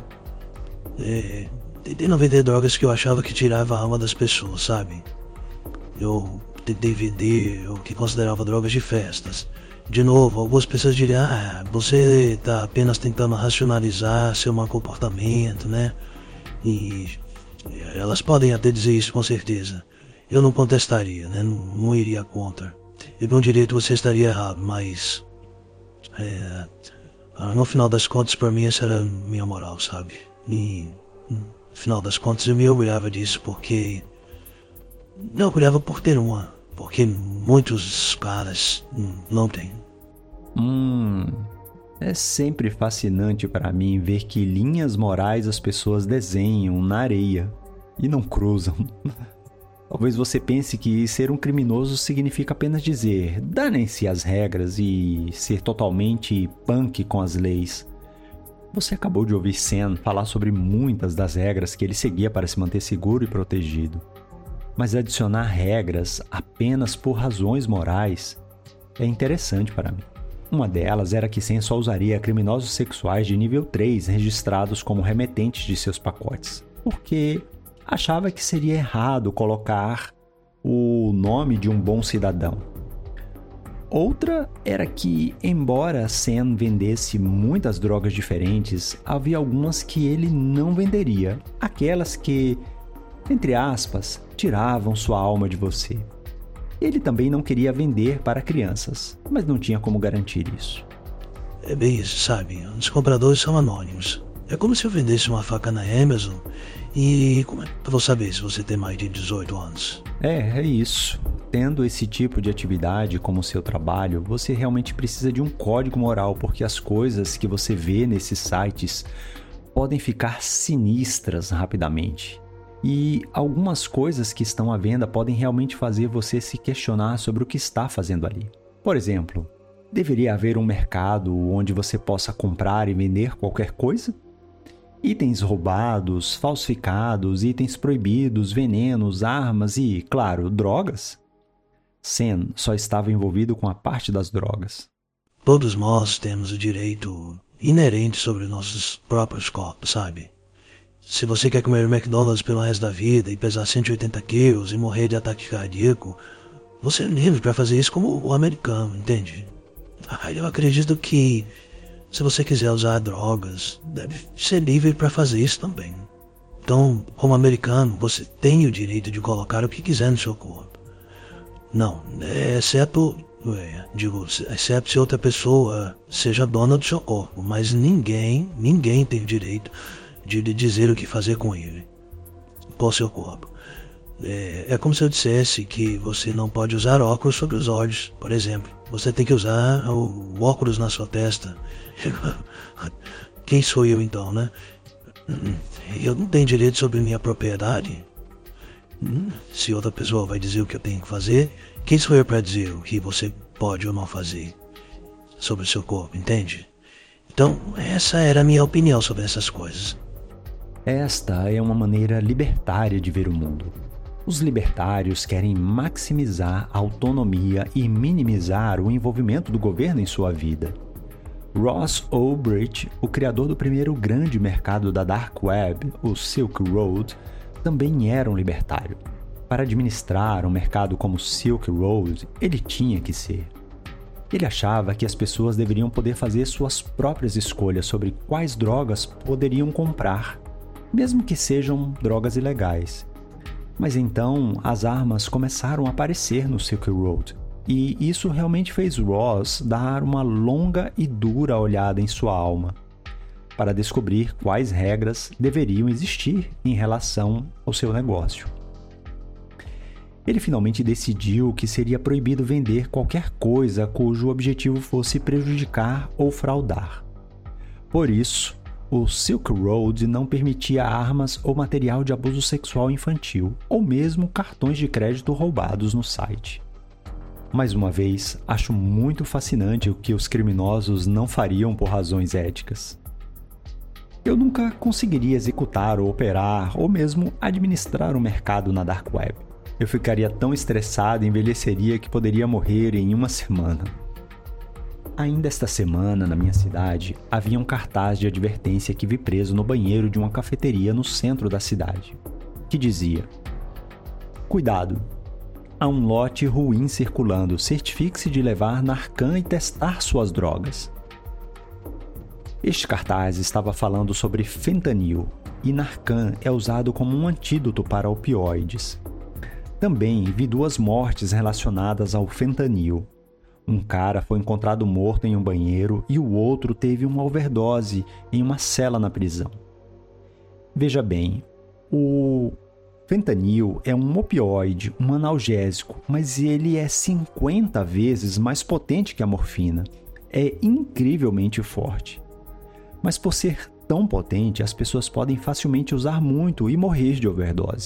É, tentei não vender drogas que eu achava que tirava a alma das pessoas, sabe? Eu tentei vender o que considerava drogas de festas. De novo, algumas pessoas diriam, ah, você está apenas tentando racionalizar seu mau comportamento, né? E elas podem até dizer isso com certeza. Eu não contestaria, né? Não, não iria contra. E bom direito você estaria errado, mas... É, no final das contas, para mim, essa era a minha moral, sabe? E no final das contas, eu me orgulhava disso, porque... Eu orgulhava por ter uma, porque muitos caras não têm. Hum, é sempre fascinante para mim ver que linhas morais as pessoas desenham na areia e não cruzam. Talvez você pense que ser um criminoso significa apenas dizer danem-se as regras e ser totalmente punk com as leis. Você acabou de ouvir Sam falar sobre muitas das regras que ele seguia para se manter seguro e protegido. Mas adicionar regras apenas por razões morais é interessante para mim. Uma delas era que Sam só usaria criminosos sexuais de nível três registrados como remetentes de seus pacotes, porque achava que seria errado colocar o nome de um bom cidadão. Outra era que, embora Sam vendesse muitas drogas diferentes, havia algumas que ele não venderia, aquelas que, entre aspas, tiravam sua alma de você. Ele também não queria vender para crianças, mas não tinha como garantir isso. É bem isso, sabe? Os compradores são anônimos. É como se eu vendesse uma faca na Amazon e como é que eu vou saber se você tem mais de dezoito anos? É, é isso. Tendo esse tipo de atividade como seu trabalho, você realmente precisa de um código moral, porque as coisas que você vê nesses sites podem ficar sinistras rapidamente. E algumas coisas que estão à venda podem realmente fazer você se questionar sobre o que está fazendo ali. Por exemplo, deveria haver um mercado onde você possa comprar e vender qualquer coisa? Itens roubados, falsificados, itens proibidos, venenos, armas e, claro, drogas? Sam só estava envolvido com a parte das drogas. Todos nós temos o direito inerente sobre nossos próprios corpos, sabe? Se você quer comer McDonald's pelo resto da vida e pesar cento e oitenta quilos e morrer de ataque cardíaco, você é livre para fazer isso como o americano, entende? Eu acredito que se você quiser usar drogas, deve ser livre para fazer isso também. Então, como americano, você tem o direito de colocar o que quiser no seu corpo. Não, exceto, é, digo, exceto se outra pessoa seja dona do seu corpo, mas ninguém, ninguém tem o direito de lhe dizer o que fazer com ele, com o seu corpo. É, é como se eu dissesse que você não pode usar óculos sobre os olhos, por exemplo. Você tem que usar o, o óculos na sua testa. Quem sou eu então, né? Eu não tenho direito sobre minha propriedade. Se outra pessoa vai dizer o que eu tenho que fazer, quem sou eu para dizer o que você pode ou não fazer sobre o seu corpo, entende? Então, essa era a minha opinião sobre essas coisas. Esta é uma maneira libertária de ver o mundo. Os libertários querem maximizar a autonomia e minimizar o envolvimento do governo em sua vida. Ross Ulbricht, o criador do primeiro grande mercado da Dark Web, o Silk Road, também era um libertário. Para administrar um mercado como Silk Road, ele tinha que ser. Ele achava que as pessoas deveriam poder fazer suas próprias escolhas sobre quais drogas poderiam comprar, mesmo que sejam drogas ilegais. Mas então as armas começaram a aparecer no Silk Road, e isso realmente fez Ross dar uma longa e dura olhada em sua alma, para descobrir quais regras deveriam existir em relação ao seu negócio. Ele finalmente decidiu que seria proibido vender qualquer coisa cujo objetivo fosse prejudicar ou fraudar. Por isso, o Silk Road não permitia armas ou material de abuso sexual infantil, ou mesmo cartões de crédito roubados no site. Mais uma vez, acho muito fascinante o que os criminosos não fariam por razões éticas. Eu nunca conseguiria executar ou operar, ou mesmo administrar um mercado na Dark Web. Eu ficaria tão estressado e envelheceria que poderia morrer em uma semana. Ainda esta semana, na minha cidade, havia um cartaz de advertência que vi preso no banheiro de uma cafeteria no centro da cidade, que dizia: "Cuidado! Há um lote ruim circulando, certifique-se de levar Narcan e testar suas drogas." Este cartaz estava falando sobre fentanil, e Narcan é usado como um antídoto para opioides. Também vi duas mortes relacionadas ao fentanil. Um cara foi encontrado morto em um banheiro e o outro teve uma overdose em uma cela na prisão. Veja bem, o fentanil é um opioide, um analgésico, mas ele é cinquenta vezes mais potente que a morfina. É incrivelmente forte. Mas por ser tão potente, as pessoas podem facilmente usar muito e morrer de overdose.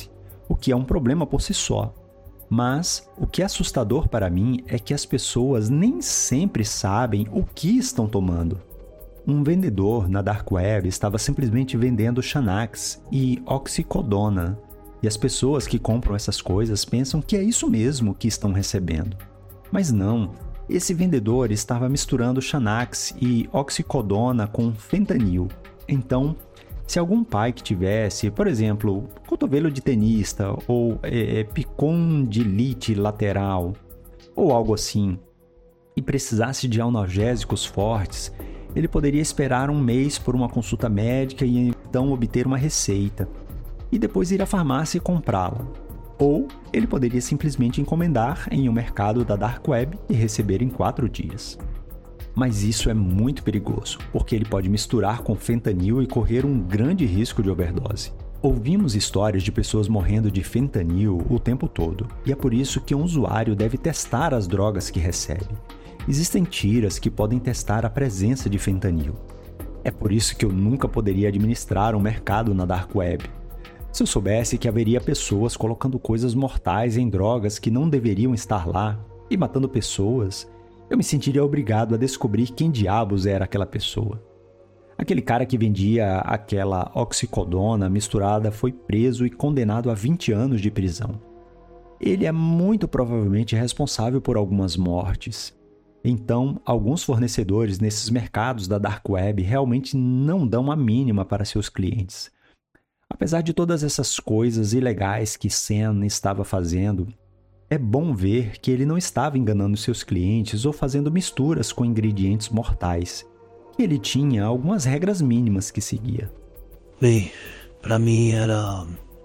o que é um problema por si só. Mas o que é assustador para mim é que as pessoas nem sempre sabem o que estão tomando. Um vendedor na Dark Web estava simplesmente vendendo Xanax e oxicodona, e as pessoas que compram essas coisas pensam que é isso mesmo que estão recebendo. Mas não, esse vendedor estava misturando Xanax e oxicodona com fentanil. Então, se algum pai que tivesse, por exemplo, cotovelo de tenista ou é, epicondilite lateral ou algo assim, e precisasse de analgésicos fortes, ele poderia esperar um mês por uma consulta médica e então obter uma receita, e depois ir à farmácia e comprá-la. Ou ele poderia simplesmente encomendar em um mercado da Dark Web e receber em quatro dias. Mas isso é muito perigoso, porque ele pode misturar com fentanil e correr um grande risco de overdose. Ouvimos histórias de pessoas morrendo de fentanil o tempo todo, e é por isso que um usuário deve testar as drogas que recebe. Existem tiras que podem testar a presença de fentanil. É por isso que eu nunca poderia administrar um mercado na Dark Web. Se eu soubesse que haveria pessoas colocando coisas mortais em drogas que não deveriam estar lá e matando pessoas, eu me sentiria obrigado a descobrir quem diabos era aquela pessoa. Aquele cara que vendia aquela oxicodona misturada foi preso e condenado a vinte anos de prisão. Ele é muito provavelmente responsável por algumas mortes. Então, alguns fornecedores nesses mercados da Dark Web realmente não dão a mínima para seus clientes. Apesar de todas essas coisas ilegais que Sam estava fazendo, é bom ver que ele não estava enganando seus clientes ou fazendo misturas com ingredientes mortais. Ele tinha algumas regras mínimas que seguia. Bem, para mim era,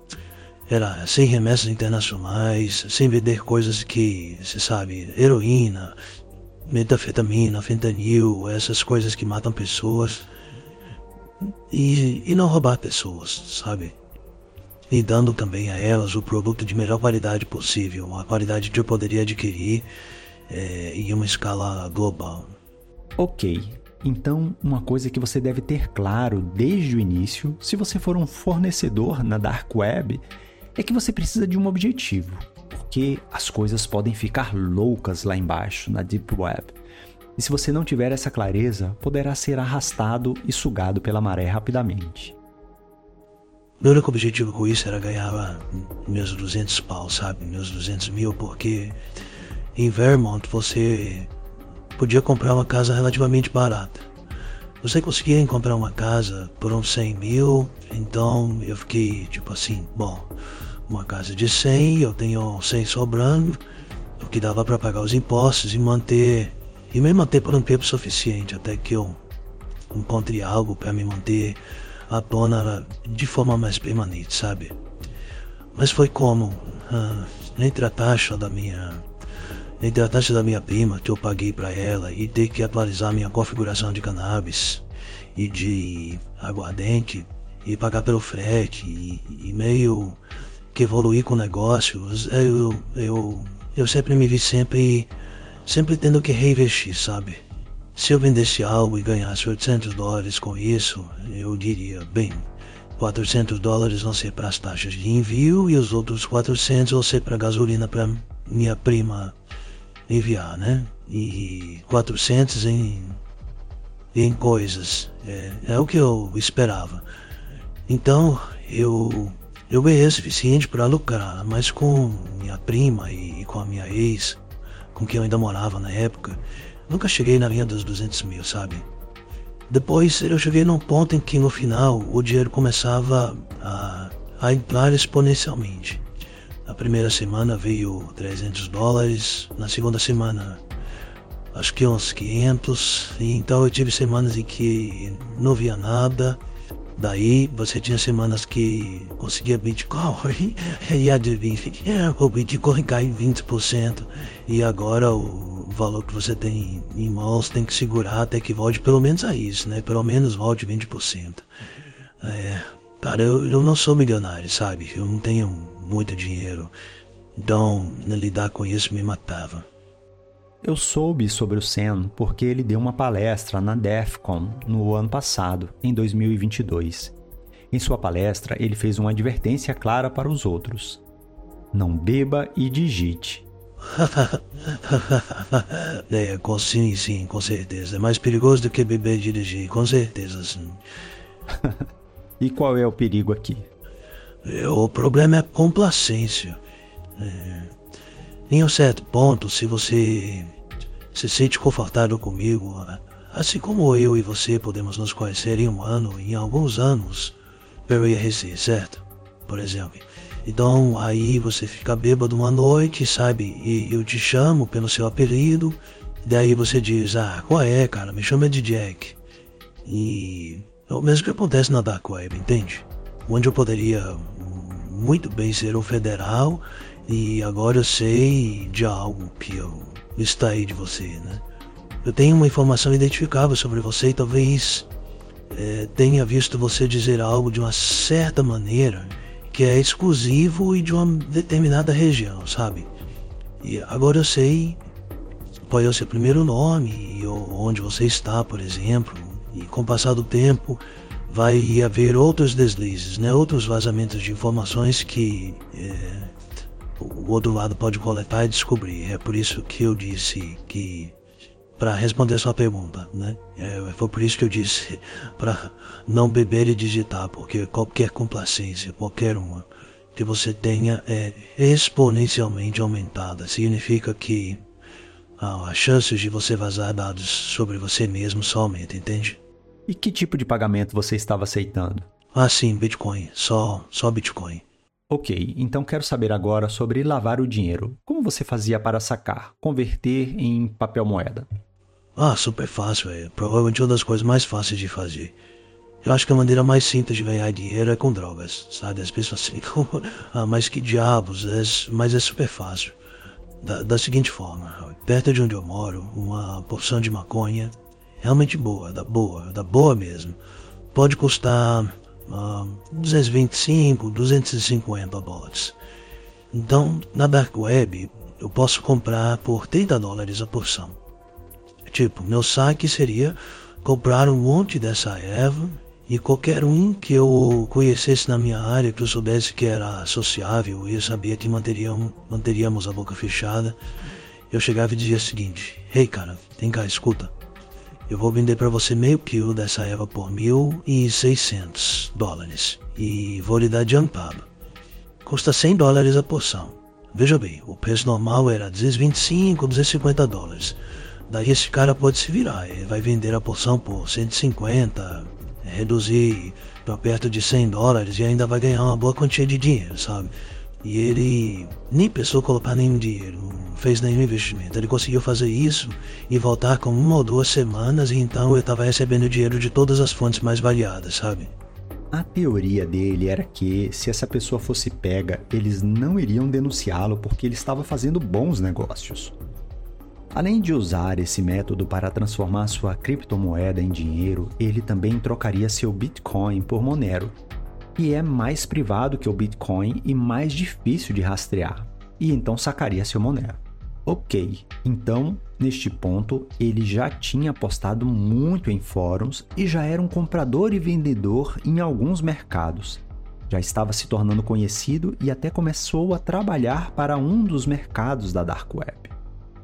era sem remessas internacionais, sem vender coisas que, você sabe, heroína, metanfetamina, fentanil, essas coisas que matam pessoas. E, e não roubar pessoas, sabe? E dando também a elas o produto de melhor qualidade possível, a qualidade que eu poderia adquirir é, em uma escala global. Ok, então uma coisa que você deve ter claro desde o início, se você for um fornecedor na Dark Web, é que você precisa de um objetivo, porque as coisas podem ficar loucas lá embaixo, na Deep Web. E se você não tiver essa clareza, poderá ser arrastado e sugado pela maré rapidamente. Meu único objetivo com isso era ganhar meus duzentos pau, sabe? Meus duzentos mil, porque em Vermont você podia comprar uma casa relativamente barata. Você conseguia comprar uma casa por uns cem mil, então eu fiquei tipo assim, bom, uma casa de cem, eu tenho cem sobrando, o que dava para pagar os impostos e manter, e me manter por um tempo suficiente, até que eu encontre algo para me manter a dona de forma mais permanente, sabe? Mas foi como, ah, entre a taxa da minha, entre a taxa da minha prima que eu paguei para ela e ter que atualizar minha configuração de cannabis e de aguardente e pagar pelo frete e, e meio que evoluir com negócios, eu, eu, eu sempre me vi sempre, sempre tendo que reinvestir, sabe? Se eu vendesse algo e ganhasse oitocentos dólares com isso, eu diria, bem, quatrocentos dólares vão ser para as taxas de envio e os outros quatrocentos vão ser para gasolina para minha prima enviar, né? E quatrocentos em, em coisas, é, é o que eu esperava. Então, eu, eu ganhei o suficiente para lucrar, mas com minha prima e, e com a minha ex, com quem eu ainda morava na época, nunca cheguei na linha dos duzentos mil, sabe? Depois eu cheguei num ponto em que no final o dinheiro começava a, a entrar exponencialmente. Na primeira semana veio trezentos dólares, na segunda semana acho que uns quinhentos, e então eu tive semanas em que não via nada. Daí você tinha semanas que conseguia Bitcoin e adivinha, o Bitcoin cai vinte por cento e agora o valor que você tem em mãos tem que segurar até que volte pelo menos a isso, né? Pelo menos volte vinte por cento. É, cara, eu, eu não sou milionário, sabe? Eu não tenho muito dinheiro, então lidar com isso me matava. Eu soube sobre o Sam porque ele deu uma palestra na DEFCON no ano passado, em dois mil e vinte e dois. Em sua palestra, ele fez uma advertência clara para os outros. Não beba e digite. É, com, sim, sim, com certeza. É mais perigoso do que beber e dirigir, com certeza, sim. E qual é o perigo aqui? É, o problema é a complacência. É, em um certo ponto, se você se sente confortável comigo, assim como eu e você podemos nos conhecer em um ano, em alguns anos, eu ia receber, certo? Por exemplo. Então, aí você fica bêbado uma noite, sabe? E eu te chamo pelo seu apelido. Daí você diz, ah, qual é, cara? Me chama de Jack. E é o mesmo que acontece na Dark Web, entende? Onde eu poderia muito bem ser um federal e agora eu sei de algo que eu extraí de você, né? Eu tenho uma informação identificável sobre você e talvez é, tenha visto você dizer algo de uma certa maneira que é exclusivo e de uma determinada região, sabe? E agora eu sei qual é o seu primeiro nome e onde você está, por exemplo. E com o passar do tempo vai haver outros deslizes, né? Outros vazamentos de informações que é, o outro lado pode coletar e descobrir. É por isso que eu disse que, para responder a sua pergunta, né? É, foi por isso que eu disse para não beber e digitar, porque qualquer complacência, qualquer uma que você tenha é exponencialmente aumentada. Significa que ah, as chances de você vazar dados sobre você mesmo só aumentam, entende? E que tipo de pagamento você estava aceitando? Ah, sim, Bitcoin. Só, só Bitcoin. Ok, então quero saber agora sobre lavar o dinheiro. Como você fazia para sacar, converter em papel moeda? Ah, super fácil, é provavelmente uma das coisas mais fáceis de fazer. Eu acho que a maneira mais simples de ganhar dinheiro é com drogas, sabe? As pessoas ficam, ah, mas que diabos, é, mas é super fácil. Da, da seguinte forma, perto de onde eu moro, uma porção de maconha, realmente boa, da boa, da boa mesmo, pode custar ah, duzentos e vinte e cinco, duzentos e cinquenta dólares. Então, na Dark Web, eu posso comprar por trinta dólares a porção. Tipo, meu saque seria comprar um monte dessa erva e qualquer um que eu conhecesse na minha área, que eu soubesse que era sociável e eu sabia que manteríamos, manteríamos a boca fechada, eu chegava e dizia o seguinte: hey cara, vem cá, escuta, eu vou vender para você meio quilo dessa erva por mil e seiscentos dólares e vou lhe dar adiantado. Custa cem dólares a porção. Veja bem, o preço normal era duzentos e vinte e cinco, duzentos e cinquenta dólares. Daí esse cara pode se virar, ele vai vender a porção por cento e cinquenta, reduzir para perto de cem dólares e ainda vai ganhar uma boa quantia de dinheiro, sabe? E ele nem pensou colocar nenhum dinheiro, não fez nenhum investimento. Ele conseguiu fazer isso e voltar com uma ou duas semanas e então ele estava recebendo dinheiro de todas as fontes mais variadas, sabe? A teoria dele era que, se essa pessoa fosse pega, eles não iriam denunciá-lo porque ele estava fazendo bons negócios. Além de usar esse método para transformar sua criptomoeda em dinheiro, ele também trocaria seu Bitcoin por Monero, que é mais privado que o Bitcoin e mais difícil de rastrear, e então sacaria seu Monero. Ok, então, neste ponto, ele já tinha apostado muito em fóruns e já era um comprador e vendedor em alguns mercados. Já estava se tornando conhecido e até começou a trabalhar para um dos mercados da Dark Web.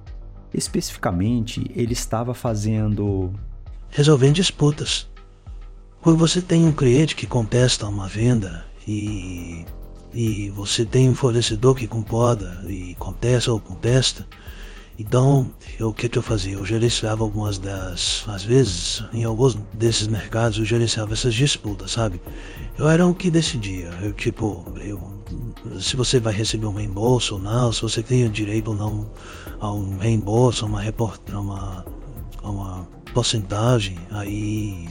Especificamente, ele estava fazendo... resolvendo disputas. Quando você tem um cliente que contesta uma venda e, e você tem um fornecedor que concorda e contesta ou contesta, então eu, o que, que eu fazia? Eu gerenciava algumas das... às vezes, em alguns desses mercados, eu gerenciava essas disputas, sabe? Eu era o que decidia. Eu, tipo, eu, se você vai receber um reembolso ou não, se você tem direito ou não a um reembolso, a uma, report, uma, a uma porcentagem, aí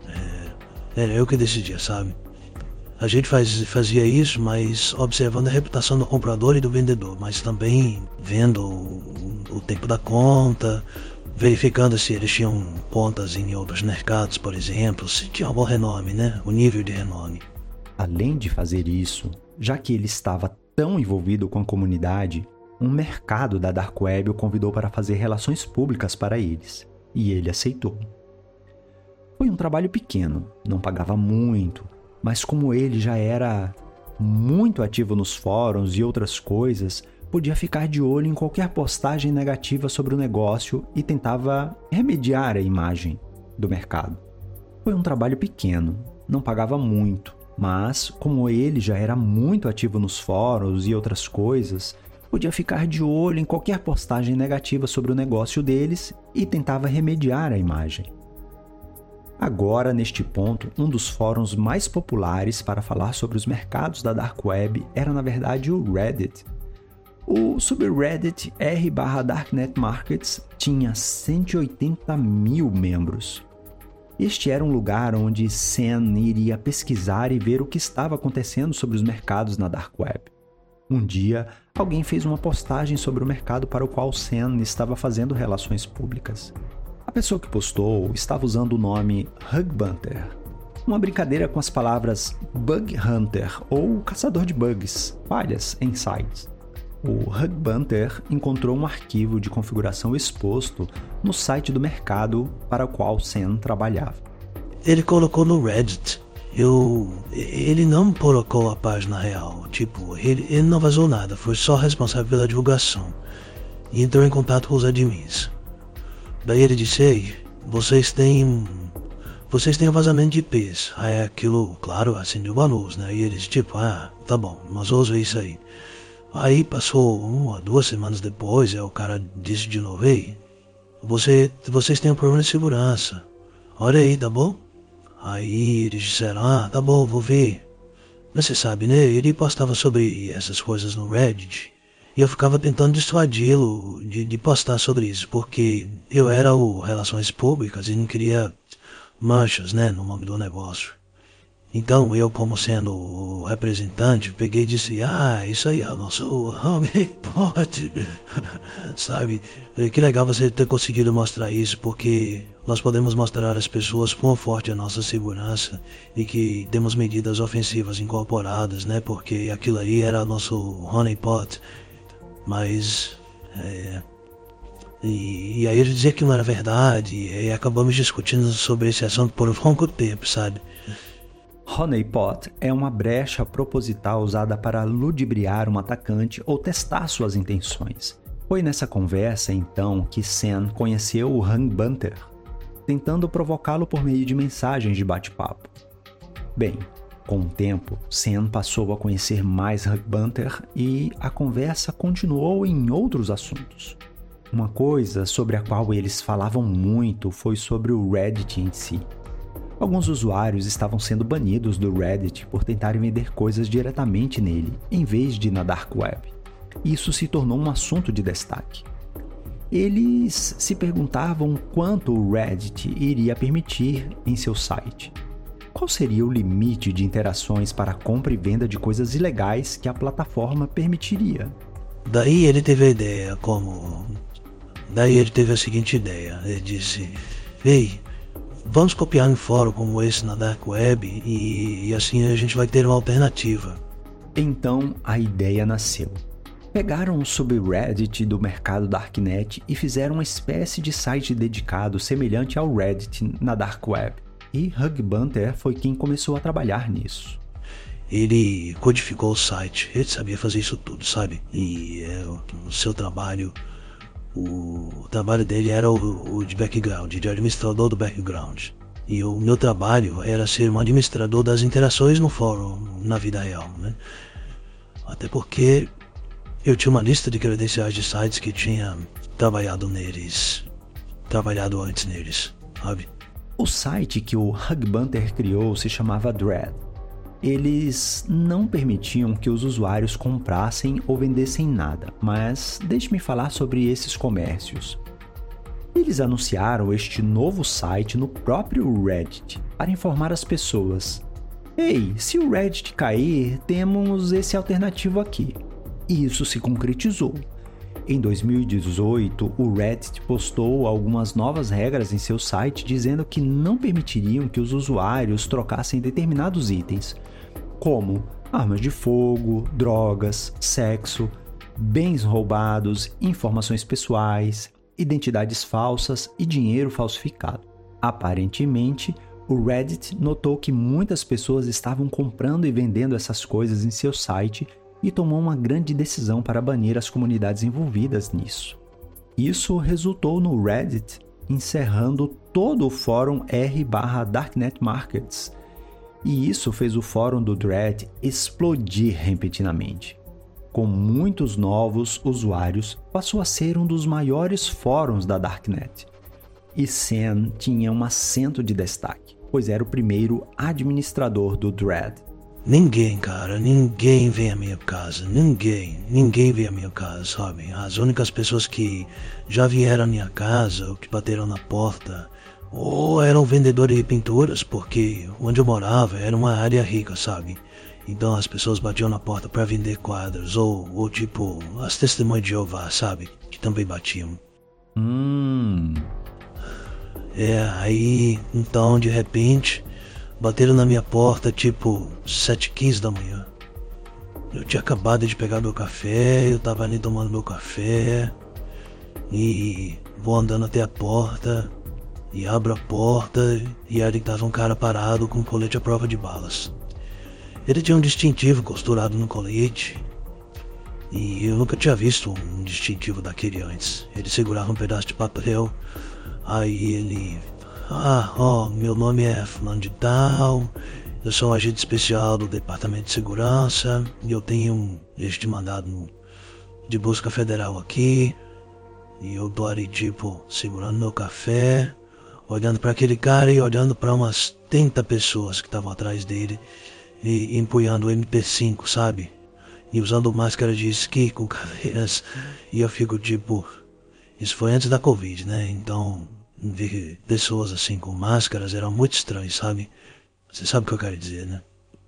é, era eu que decidia, sabe? A gente faz, fazia isso, mas observando a reputação do comprador e do vendedor, mas também vendo o, o tempo da conta, verificando se eles tinham contas em outros mercados, por exemplo, se tinha algum renome, né? O nível de renome. Além de fazer isso, já que ele estava tão envolvido com a comunidade, um mercado da Dark Web o convidou para fazer relações públicas para eles, e ele aceitou. Foi um trabalho pequeno, não pagava muito, mas como ele já era muito ativo nos fóruns e outras coisas, podia ficar de olho em qualquer postagem negativa sobre o negócio e tentava remediar a imagem do mercado. Foi um trabalho pequeno, não pagava muito, mas como ele já era muito ativo nos fóruns e outras coisas, podia ficar de olho em qualquer postagem negativa sobre o negócio deles e tentava remediar a imagem. Agora, neste ponto, um dos fóruns mais populares para falar sobre os mercados da Dark Web era, na verdade, o Reddit. O subreddit r barra darknet markets tinha cento e oitenta mil membros. Este era um lugar onde Sam iria pesquisar e ver o que estava acontecendo sobre os mercados na Dark Web. Um dia, alguém fez uma postagem sobre o mercado para o qual Sam estava fazendo relações públicas. A pessoa que postou estava usando o nome Hugbunter, uma brincadeira com as palavras Bug Hunter ou caçador de bugs, falhas em sites. O Hugbunter encontrou um arquivo de configuração exposto no site do mercado para o qual Sam trabalhava. Ele colocou no Reddit. Eu... Ele não colocou a página real. Tipo, ele, ele não vazou nada. Foi só responsável pela divulgação. E entrou em contato com os admins. Daí ele disse, ei, vocês têm... Vocês têm um vazamento de I Ps. Aí aquilo, claro, acendeu uma luz, né? E eles, tipo, ah, tá bom, nós vamos ver isso aí. Aí passou uma, duas semanas depois, aí o cara disse de novo, ei, você, vocês têm um problema de segurança. Olha aí, tá bom? Aí eles disseram, ah, tá bom, vou ver. Mas você sabe, né? Ele postava sobre essas coisas no Reddit. E eu ficava tentando dissuadi-lo de, de postar sobre isso, porque eu era o Relações Públicas e não queria manchas, né, no nome do negócio. Então eu, como sendo o representante, peguei e disse, ah, isso aí é o nosso honeypot. Sabe, que legal você ter conseguido mostrar isso, porque nós podemos mostrar às pessoas quão forte é a nossa segurança e que temos medidas ofensivas incorporadas, né, porque aquilo aí era o nosso honeypot. Mas, é, e, e aí ele dizia que não era verdade, e acabamos discutindo sobre esse assunto por um longo tempo, sabe? Honeypot é uma brecha proposital usada para ludibriar um atacante ou testar suas intenções. Foi nessa conversa, então, que Sam conheceu o Hugbunter, tentando provocá-lo por meio de mensagens de bate-papo. Bem, com o tempo, Sam passou a conhecer mais Hugbunter e a conversa continuou em outros assuntos. Uma coisa sobre a qual eles falavam muito foi sobre o Reddit em si. Alguns usuários estavam sendo banidos do Reddit por tentarem vender coisas diretamente nele, em vez de na Dark Web. Isso se tornou um assunto de destaque. Eles se perguntavam quanto o Reddit iria permitir em seu site. Qual seria o limite de interações para a compra e venda de coisas ilegais que a plataforma permitiria? Daí ele teve a ideia como... Daí ele teve a seguinte ideia. Ele disse, ei, vamos copiar um fórum como esse na Dark Web e, e assim a gente vai ter uma alternativa. Então a ideia nasceu. Pegaram o subreddit do mercado Darknet e fizeram uma espécie de site dedicado semelhante ao Reddit na Dark Web. E Hugbunter foi quem começou a trabalhar nisso. Ele codificou o site, ele sabia fazer isso tudo, sabe? E é, o, o seu trabalho, o, o trabalho dele era o, o de background, de administrador do background. E o meu trabalho era ser um administrador das interações no fórum, na vida real, né? Até porque eu tinha uma lista de credenciais de sites que tinha trabalhado neles, trabalhado antes neles, sabe? O site que o Hugbunter criou se chamava Dread. Eles não permitiam que os usuários comprassem ou vendessem nada, mas deixe-me falar sobre esses comércios. Eles anunciaram este novo site no próprio Reddit para informar as pessoas: ei, se o Reddit cair, temos esse alternativo aqui. E isso se concretizou. Em dois mil e dezoito, o Reddit postou algumas novas regras em seu site dizendo que não permitiriam que os usuários trocassem determinados itens, como armas de fogo, drogas, sexo, bens roubados, informações pessoais, identidades falsas e dinheiro falsificado. Aparentemente, O Reddit notou que muitas pessoas estavam comprando e vendendo essas coisas em seu site e tomou uma grande decisão para banir as comunidades envolvidas nisso. Isso resultou no Reddit encerrando todo o fórum r barra Darknet Markets, e isso fez o fórum do Dread explodir repentinamente. Com muitos novos usuários, passou a ser um dos maiores fóruns da Darknet. E Sam tinha um assento de destaque, pois era o primeiro administrador do Dread. Ninguém, cara, ninguém vem à minha casa, ninguém, ninguém vem à minha casa, sabe? As únicas pessoas que já vieram à minha casa, ou que bateram na porta, ou eram vendedores de pinturas, porque onde eu morava era uma área rica, sabe? Então as pessoas batiam na porta para vender quadros, ou, ou tipo, as testemunhas de Jeová, sabe? Que também batiam. Hum... É, aí, então, de repente, bateram na minha porta, tipo, sete e quinze da manhã. Eu tinha acabado de pegar meu café, eu tava ali tomando meu café, e vou andando até a porta, e abro a porta, e ali tava um cara parado com um colete à prova de balas. Ele tinha um distintivo costurado no colete, e eu nunca tinha visto um distintivo daquele antes. Ele segurava um pedaço de papel. Aí ele, ah, ó, meu nome é fulano de tal, eu sou um agente especial do Departamento de Segurança e eu tenho este mandado de busca federal aqui. E eu tô ali, tipo, segurando meu café, olhando para aquele cara e olhando para umas trinta pessoas que estavam atrás dele e empunhando o M P cinco, sabe? E usando máscara de esqui com caveiras. E eu fico tipo, isso foi antes da Covid, né? Então ver pessoas assim com máscaras era muito estranho, sabe? Você sabe o que eu quero dizer, né?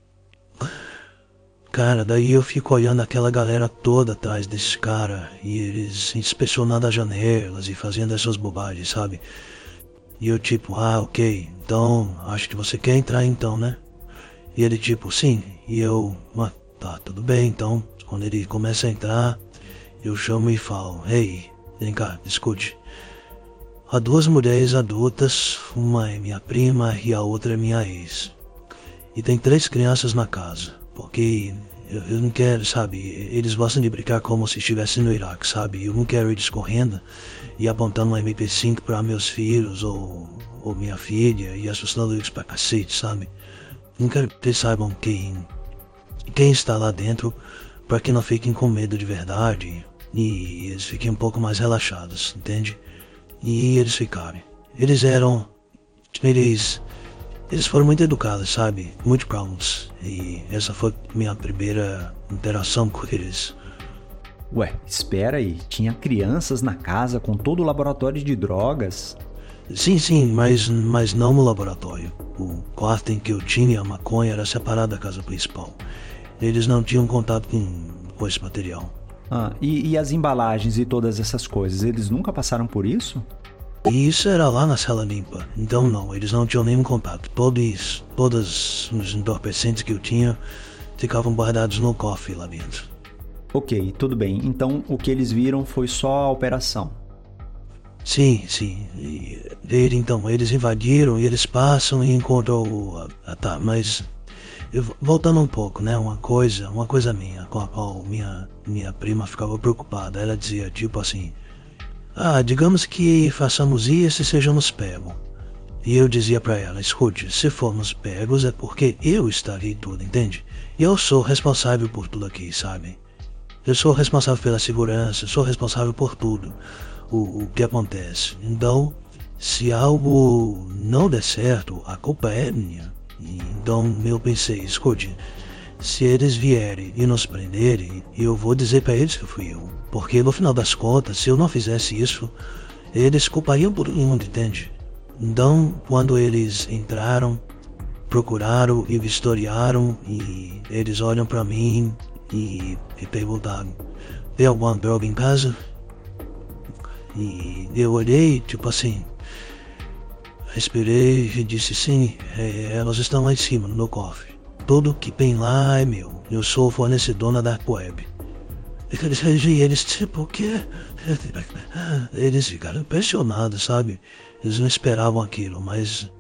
Cara, daí eu fico olhando aquela galera toda atrás desse cara, e eles inspecionando as janelas e fazendo essas bobagens, sabe? E eu tipo, ah, ok, então acho que você quer entrar então, né? E ele tipo, sim, e eu, ah, tá, tudo bem, então. Quando ele começa a entrar, eu chamo e falo, ei, vem cá, escute. Há duas mulheres adultas, uma é minha prima e a outra é minha ex. E tem três crianças na casa, porque eu, eu não quero, sabe, eles gostam de brincar como se estivessem no Iraque, sabe? Eu não quero eles correndo e apontando um M P cinco para meus filhos ou, ou minha filha e assustando eles pra cacete, sabe? Não quero que eles saibam quem, quem está lá dentro, para que não fiquem com medo de verdade e eles fiquem um pouco mais relaxados, entende? E eles ficaram. Eles eram... Eles... Eles foram muito educados, sabe? Muito prontos. E essa foi minha primeira interação com eles. Ué, espera aí. Tinha crianças na casa com todo o laboratório de drogas? Sim, sim, mas, mas não no laboratório. O quarto em que eu tinha a maconha era separado da casa principal. Eles não tinham contato com, com esse material. Ah, e, e as embalagens e todas essas coisas, eles nunca passaram por isso? E isso era lá na sala limpa. Então não, eles não tinham nenhum contato. Todos, todos os entorpecentes que eu tinha ficavam guardados no cofre lá dentro. Ok, tudo bem. Então o que eles viram foi só a operação. Sim, sim. E, ele, então, eles invadiram e eles passam e encontram o... Ah, tá, mas... Eu, voltando um pouco, né, uma coisa, uma coisa minha, com a qual minha, minha prima ficava preocupada. Ela dizia, tipo assim, ah, digamos que façamos isso e sejamos pegos. E eu dizia pra ela, escute, se formos pegos é porque eu estarei tudo, entende? E eu sou responsável por tudo aqui, sabe? Eu sou responsável pela segurança, eu sou responsável por tudo, o, o que acontece. Então, se algo não der certo, a culpa é minha. Então eu pensei, escute, se eles vierem e nos prenderem, eu vou dizer pra eles que fui eu. Porque no final das contas, se eu não fizesse isso, eles culpariam por todo mundo, entende? Então, quando eles entraram, procuraram e vistoriaram, e eles olham pra mim e, e perguntaram, tem alguma droga em casa? E eu olhei, tipo assim, respirei e disse sim, é, elas estão lá em cima, no meu cofre. Tudo que tem lá é meu. Eu sou o fornecedor na Dark Web. E eles, eles tipo, o quê? Eles ficaram impressionados, sabe? Eles não esperavam aquilo, mas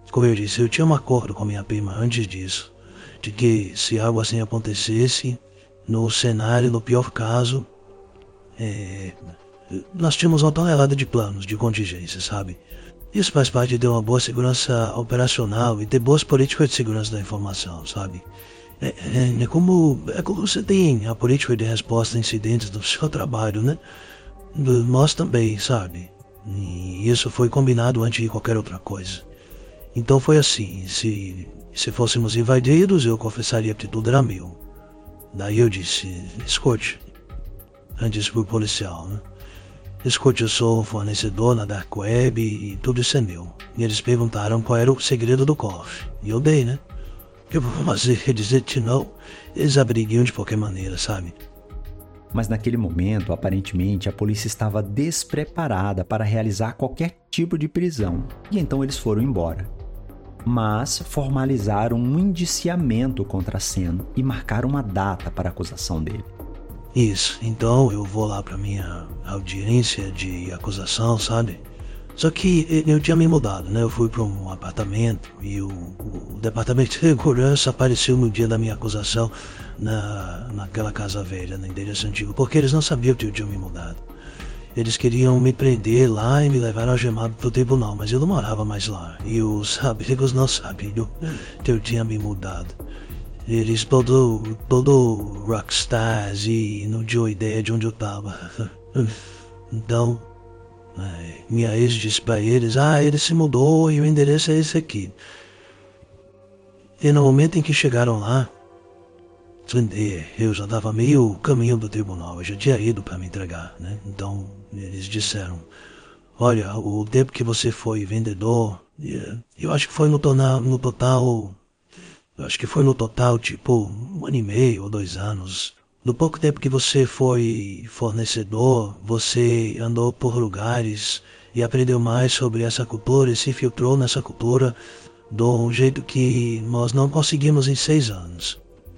como eu disse, eu tinha um acordo com minha prima antes disso, de que se algo assim acontecesse, no cenário, no pior caso, é, nós tínhamos uma tonelada de planos de contingência, sabe? Isso faz parte de uma boa segurança operacional e ter boas políticas de segurança da informação, sabe? É, é, é, como, é como você tem a política de resposta a incidentes do seu trabalho, né? Nós também, sabe? E isso foi combinado antes de qualquer outra coisa. Então foi assim, se, se fôssemos invadidos, eu confessaria que tudo era meu. Daí eu disse, escute, antes fui policial, né? Escute, eu sou fornecedor na Dark Web e tudo isso é meu. E eles perguntaram qual era o segredo do cofre. E eu dei, né? Eu vou fazer dizer que não. Eles abriguiam de qualquer maneira, sabe? Mas naquele momento, aparentemente, a polícia estava despreparada para realizar qualquer tipo de prisão. E então eles foram embora. Mas formalizaram um indiciamento contra Sam e marcaram uma data para a acusação dele. Isso, então eu vou lá pra minha audiência de acusação, sabe? Só que eu tinha me mudado, né? Eu fui pra um apartamento e o, o departamento de segurança apareceu no dia da minha acusação na, naquela casa velha, no endereço antigo, porque eles não sabiam que eu tinha me mudado. Eles queriam me prender lá e me levar algemado pro tribunal, mas eu não morava mais lá. E os amigos não sabiam que eu tinha me mudado. Eles todo, todo rockstars e não tinham ideia de onde eu tava. Então, minha ex disse pra eles, ah, ele se mudou e o endereço é esse aqui. E no momento em que chegaram lá, eu já dava meio caminho do tribunal, eu já tinha ido para me entregar, né? Então, eles disseram, olha, o tempo que você foi vendedor, eu acho que foi no total, no total... Eu acho que foi no total, tipo, um ano e meio ou dois anos. No pouco tempo que você foi fornecedor, você andou por lugares e aprendeu mais sobre essa cultura e se infiltrou nessa cultura de um jeito que nós não conseguimos em seis anos.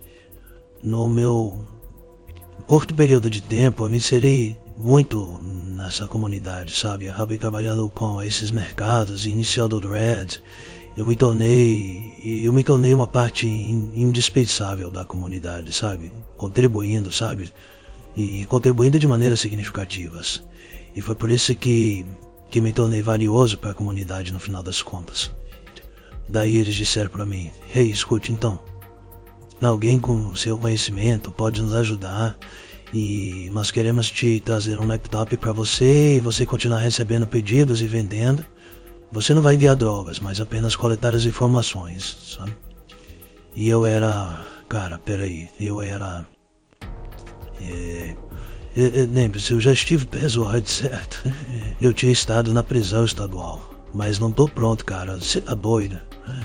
No meu curto período de tempo, eu me inseri muito nessa comunidade, sabe? Eu acabei trabalhando com esses mercados, iniciando o Red. Eu me tornei, eu me tornei uma parte indispensável da comunidade, sabe? Contribuindo, sabe? E contribuindo de maneiras significativas. E foi por isso que, que me tornei valioso para a comunidade no final das contas. Daí eles disseram para mim, hey, escute então, alguém com seu conhecimento pode nos ajudar e nós queremos te trazer um laptop para você e você continuar recebendo pedidos e vendendo. Você não vai enviar drogas, mas apenas coletar as informações, sabe? E eu era... Cara, peraí, eu era... É, é, lembre-se, eu já estive preso antes, certo? Eu tinha estado na prisão estadual, mas não tô pronto, cara, você tá doido?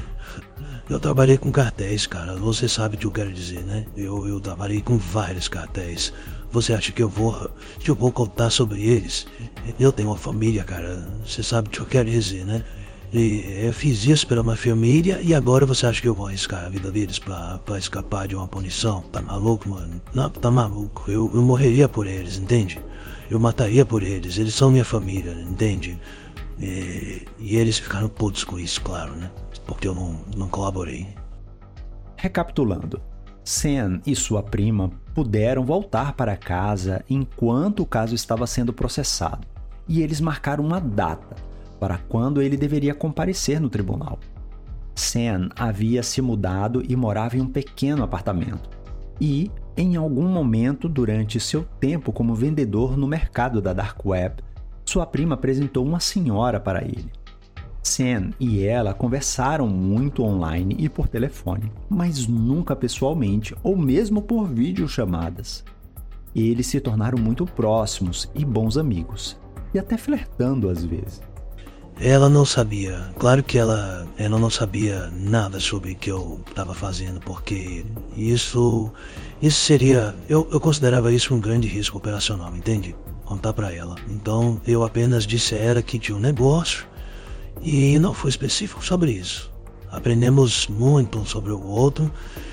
Eu trabalhei com cartéis, cara, você sabe o que eu quero dizer, né? Eu, eu trabalhei com vários cartéis. Você acha que eu vou, que eu vou contar sobre eles? Eu tenho uma família, cara. Você sabe o que eu quero dizer, né? E eu fiz isso pela minha família e agora você acha que eu vou arriscar a vida deles pra, pra escapar de uma punição? Tá maluco, mano? Não, tá maluco. Eu, eu morreria por eles, entende? Eu mataria por eles. Eles são minha família, entende? E, e eles ficaram putos com isso, claro, né? Porque eu não, não colaborei. Recapitulando. Sam e sua prima puderam voltar para casa enquanto o caso estava sendo processado, e eles marcaram uma data para quando ele deveria comparecer no tribunal. Sam havia se mudado e morava em um pequeno apartamento, e, em algum momento durante seu tempo como vendedor no mercado da Dark Web, sua prima apresentou uma senhora para ele. Sam e ela conversaram muito online e por telefone, mas nunca pessoalmente ou mesmo por videochamadas. Eles se tornaram muito próximos e bons amigos, e até flertando às vezes. Ela não sabia, claro que ela, ela não sabia nada sobre o que eu estava fazendo, porque isso, isso seria, eu, eu considerava isso um grande risco operacional, entende? Contar para ela. Então eu apenas disse a ela que tinha um negócio, e não foi específico sobre isso. Aprendemos muito um sobre o outro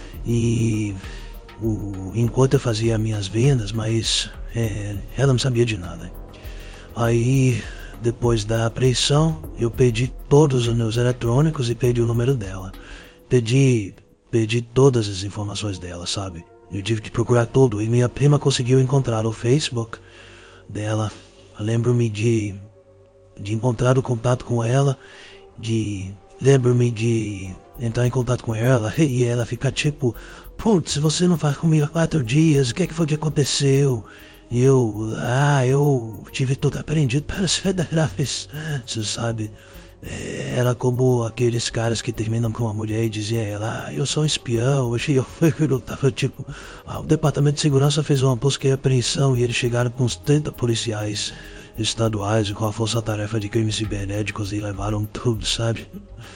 e o, enquanto eu fazia minhas vendas, mas é, ela não sabia de nada. Aí depois da apreensão, eu pedi todos os meus eletrônicos e pedi o número dela. Pedi, pedi todas as informações dela, sabe? Eu tive que procurar tudo e minha prima conseguiu encontrar o Facebook dela. Lembro-me de, de encontrar o contato com ela, de... Lembro-me de entrar em contato com ela e ela ficar tipo, putz, você não faz comigo há quatro dias, o que é que foi que aconteceu? E eu, ah, eu tive tudo aprendido pelos federais, você sabe? Era como aqueles caras que terminam com uma mulher e dizem a ela, ah, eu sou um espião, eu, eu tava tipo, ah, o Departamento de Segurança fez uma busca e apreensão e eles chegaram com uns trinta policiais estaduais com a força-tarefa de crimes cibernéticos e levaram tudo, sabe?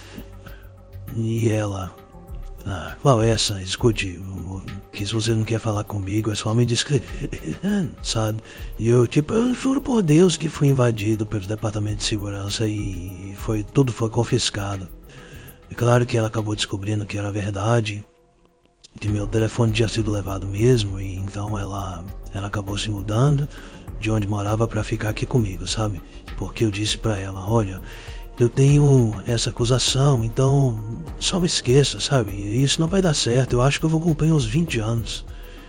E ela... Ah, qual é essa? Escute, que se você não quer falar comigo, é só me descrever, sabe? E eu, tipo, eu juro por Deus que fui invadido pelo Departamento de Segurança e foi, tudo foi confiscado. E claro que ela acabou descobrindo que era verdade, que meu telefone tinha sido levado mesmo, e então ela, ela acabou se mudando de onde morava para ficar aqui comigo, sabe? Porque eu disse para ela, olha, eu tenho essa acusação, então só me esqueça, sabe? Isso não vai dar certo, eu acho que eu vou cumprir uns vinte anos.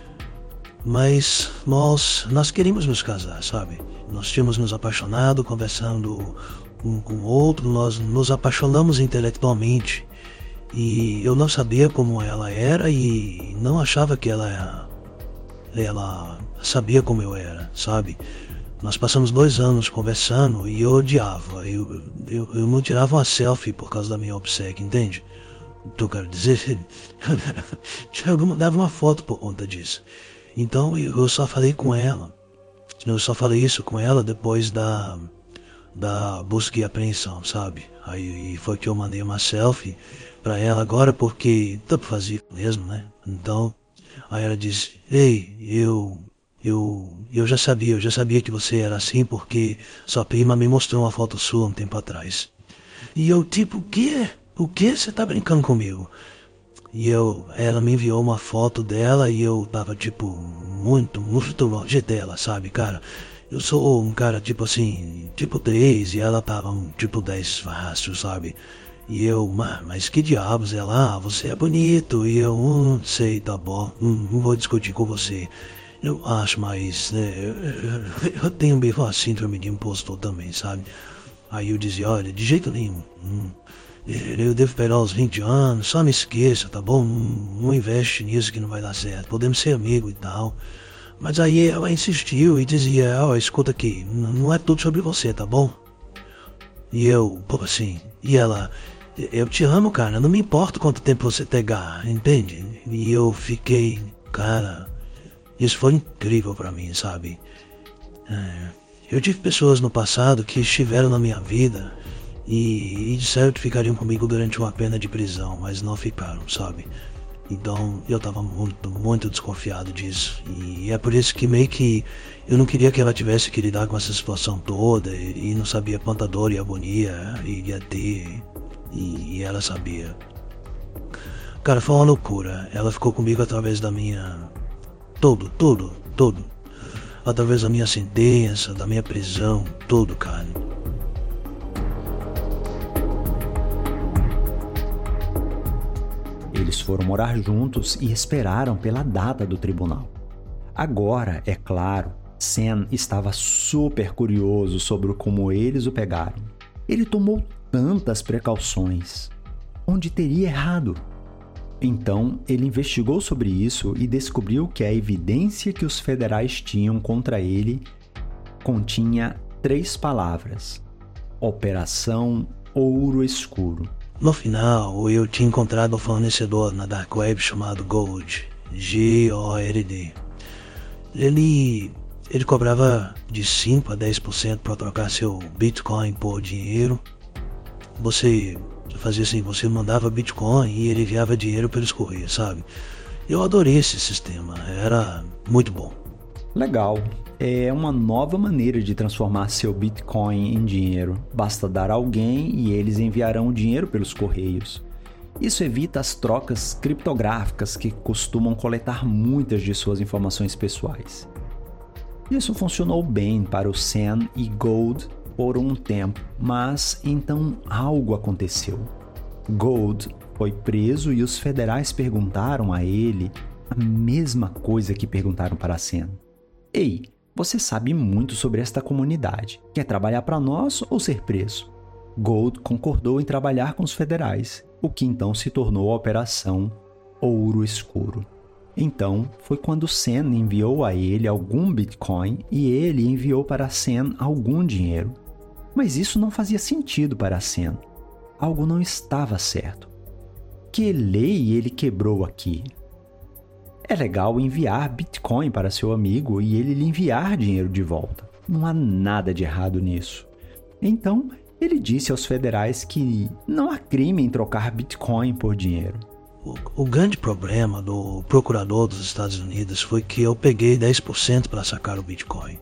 Mas nós, nós queríamos nos casar, sabe? Nós tínhamos nos apaixonado, conversando um com o outro, nós nos apaixonamos intelectualmente. E eu não sabia como ela era e não achava que ela, ela sabia como eu era, sabe? Nós passamos dois anos conversando e eu odiava. Eu, eu, eu não tirava uma selfie por causa da minha obséquia, entende? Então, quero dizer, eu não dava uma foto por conta disso. Então eu só falei com ela. Eu só falei isso com ela depois da, da busca e apreensão, sabe? Aí foi que eu mandei uma selfie pra ela agora porque dá pra fazer mesmo, né? Então, aí ela disse, ei, eu... Eu, eu já sabia, eu já sabia que você era assim porque sua prima me mostrou uma foto sua um tempo atrás. E eu tipo, o quê? O quê? Você tá brincando comigo? E eu, ela me enviou uma foto dela e eu tava tipo, muito, muito longe dela, sabe, cara? Eu sou um cara tipo assim, tipo três e ela tava um tipo dez fácil, sabe? E eu, mas que diabos? Ela, ah, você é bonito. E eu, não sei, tá bom, não, não vou discutir com você. Eu acho, mas né, eu, eu tenho meio a síndrome de impostor também, sabe? Aí eu dizia, olha, de jeito nenhum. Hum, eu devo esperar uns vinte anos, só me esqueça, tá bom? Não, não investe nisso que não vai dar certo. Podemos ser amigos e tal. Mas aí ela insistiu e dizia, ó, oh, escuta aqui, não é tudo sobre você, tá bom? E eu, pô, assim, e ela, eu te amo, cara, não me importa quanto tempo você pegar, entende? E eu fiquei, cara... Isso foi incrível pra mim, sabe? É, eu tive pessoas no passado que estiveram na minha vida e, e disseram que ficariam comigo durante uma pena de prisão, mas não ficaram, sabe? Então eu tava muito, muito desconfiado disso. E é por isso que meio que eu não queria que ela tivesse que lidar com essa situação toda e, e não sabia quanta dor e agonia iria ter. E, e ela sabia. Cara, foi uma loucura. Ela ficou comigo através da minha... Tudo, tudo, tudo. Através da minha sentença, da minha prisão, tudo, cara. Eles foram morar juntos e esperaram pela data do tribunal. Agora, é claro, Sam estava super curioso sobre como eles o pegaram. Ele tomou tantas precauções. Onde teria errado? Então, ele investigou sobre isso e descobriu que a evidência que os federais tinham contra ele continha três palavras: Operação Ouro Escuro. No final, eu tinha encontrado um fornecedor na Dark Web chamado Gold, G O R D. Ele, ele cobrava de cinco a dez por cento para trocar seu Bitcoin por dinheiro. Você... fazia assim, você mandava Bitcoin e ele enviava dinheiro pelos correios, sabe? Eu adorei esse sistema, era muito bom. Legal, é uma nova maneira de transformar seu Bitcoin em dinheiro. Basta dar a alguém e eles enviarão o dinheiro pelos correios. Isso evita as trocas criptográficas que costumam coletar muitas de suas informações pessoais. Isso funcionou bem para o Sam e Gold, por um tempo, mas então algo aconteceu. Gold foi preso e os federais perguntaram a ele a mesma coisa que perguntaram para Sam. Ei, você sabe muito sobre esta comunidade. Quer trabalhar para nós ou ser preso? Gold concordou em trabalhar com os federais, o que então se tornou a Operação Ouro Escuro. Então, foi quando Sam enviou a ele algum Bitcoin e ele enviou para Sam algum dinheiro. Mas isso não fazia sentido para Sam. Algo não estava certo. Que lei ele quebrou aqui? É legal enviar Bitcoin para seu amigo e ele lhe enviar dinheiro de volta. Não há nada de errado nisso. Então, ele disse aos federais que não há crime em trocar Bitcoin por dinheiro. O, o grande problema do procurador dos Estados Unidos foi que eu peguei dez por cento para sacar o Bitcoin.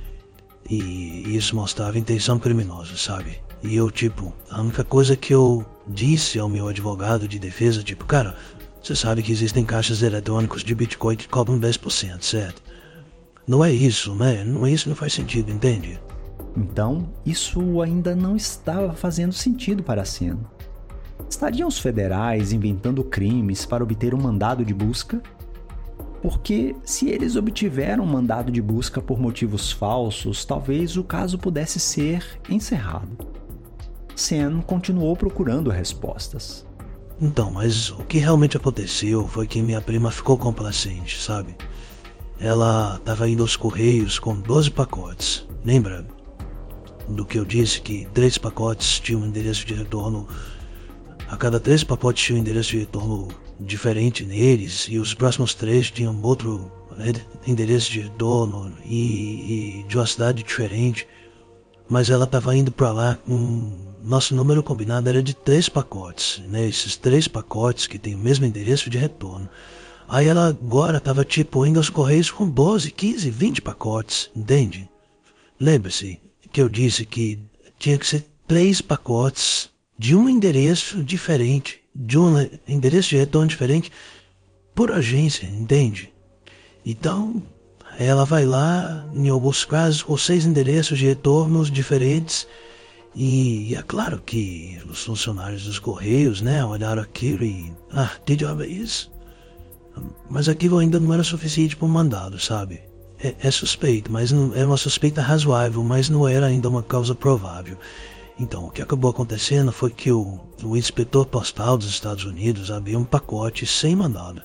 E isso mostrava intenção criminosa, sabe? E eu, tipo, a única coisa que eu disse ao meu advogado de defesa, tipo, cara, você sabe que existem caixas eletrônicos de Bitcoin que cobram dez por cento, certo? Não é isso, né? Não, isso não faz sentido, entende? Então, isso ainda não estava fazendo sentido para Sam. Estariam os federais inventando crimes para obter um mandado de busca? Porque se eles obtiveram um mandado de busca por motivos falsos, talvez o caso pudesse ser encerrado. Sam continuou procurando respostas. Então, mas o que realmente aconteceu foi que minha prima ficou complacente, sabe? Ela estava indo aos correios com doze pacotes, lembra? Do que eu disse que três pacotes tinham um endereço de retorno. A cada três pacotes tinha um endereço de retorno diferente neles, e os próximos três tinham outro endereço de retorno e, e de uma cidade diferente. Mas ela estava indo para lá, um, nosso número combinado era de três pacotes, né? Esses três pacotes que têm o mesmo endereço de retorno. Aí ela agora estava tipo indo aos correios com doze, quinze, vinte pacotes, entende? Lembre-se que eu disse que tinha que ser três pacotes de um endereço diferente, de um endereço de retorno diferente por agência, entende? Então, ela vai lá, em alguns casos, com seis endereços de retornos diferentes, e é claro que os funcionários dos Correios, né, olharam aquilo e... Ah, que diabo é isso? Mas aquilo ainda não era suficiente para um mandado, sabe? É, é suspeito, mas não, é uma suspeita razoável, mas não era ainda uma causa provável. Então, o que acabou acontecendo foi que o, o inspetor postal dos Estados Unidos abriu um pacote sem mandado.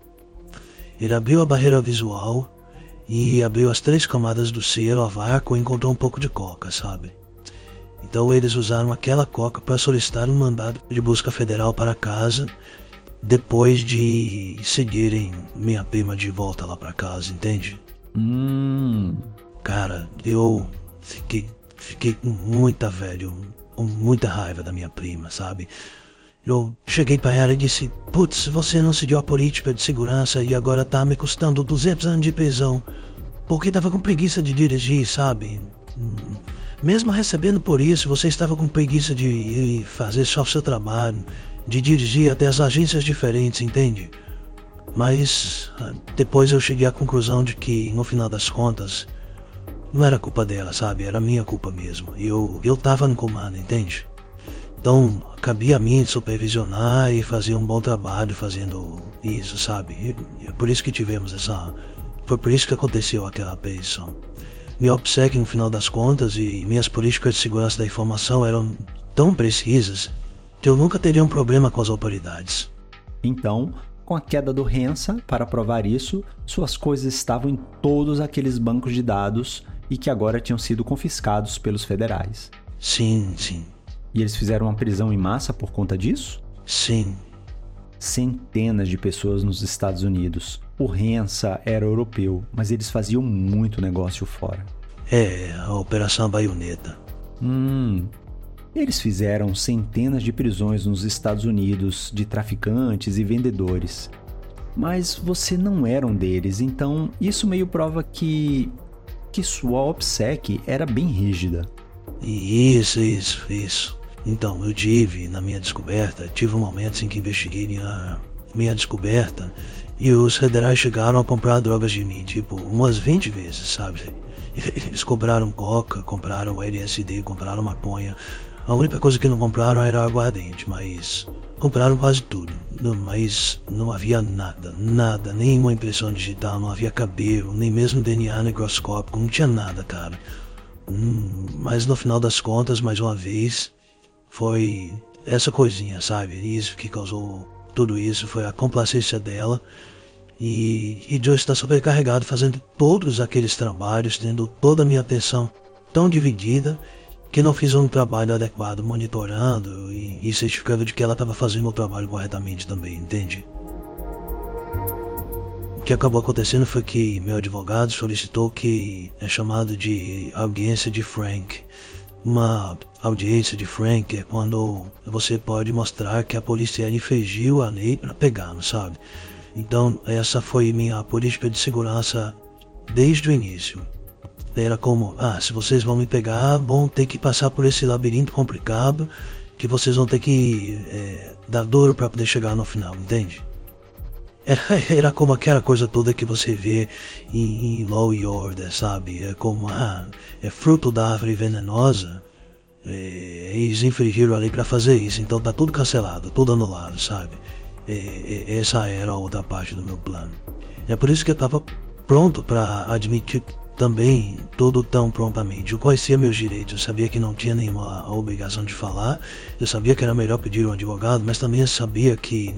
Ele abriu a barreira visual e abriu as três camadas do selo a vácuo e encontrou um pouco de coca, sabe? Então eles usaram aquela coca para solicitar um mandado de busca federal para casa, depois de seguirem minha prima de volta lá para casa, entende? Hum. Cara, eu fiquei, fiquei com muita, velho, com muita raiva da minha prima, sabe? Eu cheguei para ela e disse, putz, você não seguiu a política de segurança e agora tá me custando duzentos anos de prisão, porque tava com preguiça de dirigir, sabe? Mesmo recebendo por isso, você estava com preguiça de ir fazer só o seu trabalho, de dirigir até as agências diferentes, entende? Mas depois eu cheguei à conclusão de que, no final das contas, não era culpa dela, sabe? Era minha culpa mesmo. Eu, eu tava no comando, entende? Então, cabia a mim supervisionar e fazer um bom trabalho fazendo isso, sabe? E é por isso que tivemos essa... Foi por isso que aconteceu aquela perseguição. Me obsequio no final das contas e minhas políticas de segurança da informação eram tão precisas que eu nunca teria um problema com as autoridades. Então, com a queda do Rensa, para provar isso, suas coisas estavam em todos aqueles bancos de dados e que agora tinham sido confiscados pelos federais. Sim, sim. E eles fizeram uma prisão em massa por conta disso? Sim. Centenas de pessoas nos Estados Unidos. O Rensa era europeu, mas eles faziam muito negócio fora. É, a Operação Baioneta. Hum... Eles fizeram centenas de prisões nos Estados Unidos de traficantes e vendedores. Mas você não era um deles, então isso meio prova que... que sua OPSEC era bem rígida. Isso, isso, isso. Então, eu tive, na minha descoberta, tive momentos em que investiguei a minha descoberta E os federais chegaram a comprar drogas de mim, tipo, umas vinte vezes, sabe? Eles compraram coca, compraram L S D, compraram maconha. A única coisa que não compraram era aguardente, mas compraram quase tudo. Não, mas não havia nada, nada, nenhuma impressão digital, não havia cabelo, nem mesmo D N A necroscópico, não tinha nada, cara. Hum, mas no final das contas, mais uma vez, foi essa coisinha, sabe? Isso que causou tudo isso, foi a complacência dela. E, e Joe está sobrecarregado fazendo todos aqueles trabalhos, tendo toda a minha atenção tão dividida, que não fiz um trabalho adequado monitorando e, e certificando de que ela estava fazendo o trabalho corretamente também, entende? O que acabou acontecendo foi que meu advogado solicitou que é chamado de audiência de Frank. Uma audiência de Frank é quando você pode mostrar que a polícia infringiu a lei para pegá-lo, sabe? Então essa foi minha política de segurança desde o início. Era como, ah, se vocês vão me pegar, vão ter que passar por esse labirinto complicado, que vocês vão ter que é, dar duro para poder chegar no final, entende? Era, era como aquela coisa toda que você vê em, em Law and Order, sabe? É como, ah, é fruto da árvore venenosa, é, eles infringiram a lei para fazer isso, então tá tudo cancelado, tudo anulado, sabe? É, é, essa era a outra parte do meu plano. É por isso que eu estava pronto para admitir também tudo tão prontamente. Eu conhecia meus direitos, eu sabia que não tinha nenhuma obrigação de falar, eu sabia que era melhor pedir um advogado, mas também sabia que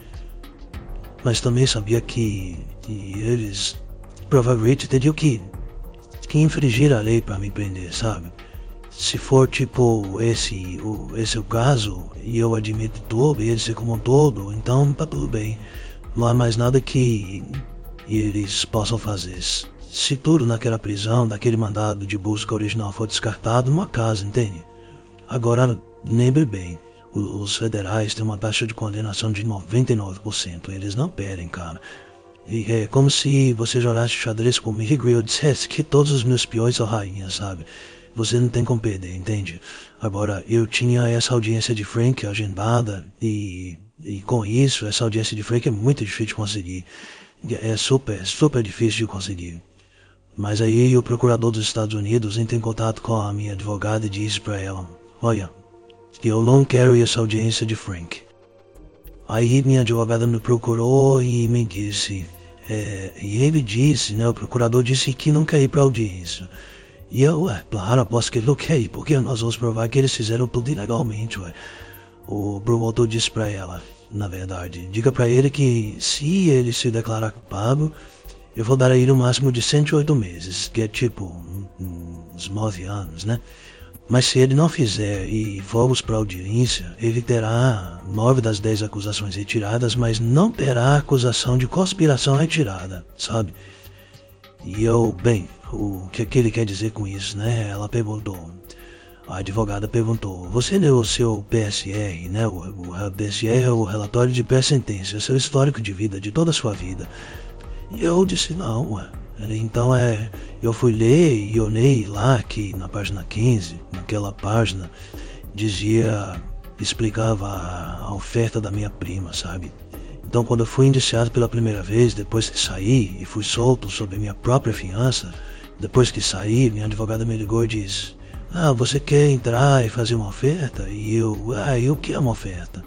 mas também sabia que, que eles provavelmente teriam que, que infringir a lei para me prender, sabe? Se for tipo esse o, esse o caso, e eu admito tudo, e eles como um todo, então tá tudo bem. Não há mais nada que eles possam fazer. Se tudo naquela prisão, daquele mandado de busca original for descartado, não há caso, entende? Agora, lembre bem, os federais têm uma taxa de condenação de noventa e nove por cento, eles não perdem, cara. E é como se você jogasse xadrez comigo e eu dissesse que todos os meus peões são rainhas, sabe? Você não tem como perder, entende? Agora, eu tinha essa audiência de Frank agendada e, e com isso, essa audiência de Frank é muito difícil de conseguir. É super, super difícil de conseguir. Mas aí o procurador dos Estados Unidos entra em contato com a minha advogada e diz pra ela, olha, eu não quero essa audiência de Frank. Aí minha advogada me procurou e me disse, é, e ele disse, né, o procurador disse que não quer ir pra audiência. E eu, ué, claro, aposto que ele não quer ir, porque nós vamos provar que eles fizeram tudo ilegalmente, ué. O promotor disse pra ela, na verdade, diga pra ele que se ele se declarar culpado, eu vou dar a ele o máximo de cento e oito meses, que é tipo uns nove anos, né? Mas se ele não fizer e formos pra audiência, ele terá nove das dez acusações retiradas, mas não terá acusação de conspiração retirada, sabe? E eu, bem, o que, que ele quer dizer com isso, né? Ela perguntou, a advogada perguntou, você leu o seu P S R, né? O, o P S R é o relatório de pré-sentença, é o seu histórico de vida, de toda a sua vida. E eu disse, não, ué. Então é, eu fui ler e olhei lá que na página quinze, naquela página, dizia, explicava a, a oferta da minha prima, sabe? Então quando eu fui indiciado pela primeira vez, depois que saí e fui solto sob minha própria fiança, depois que saí, minha advogada me ligou e disse, ah, você quer entrar e fazer uma oferta? E eu, ah, e o que é uma oferta?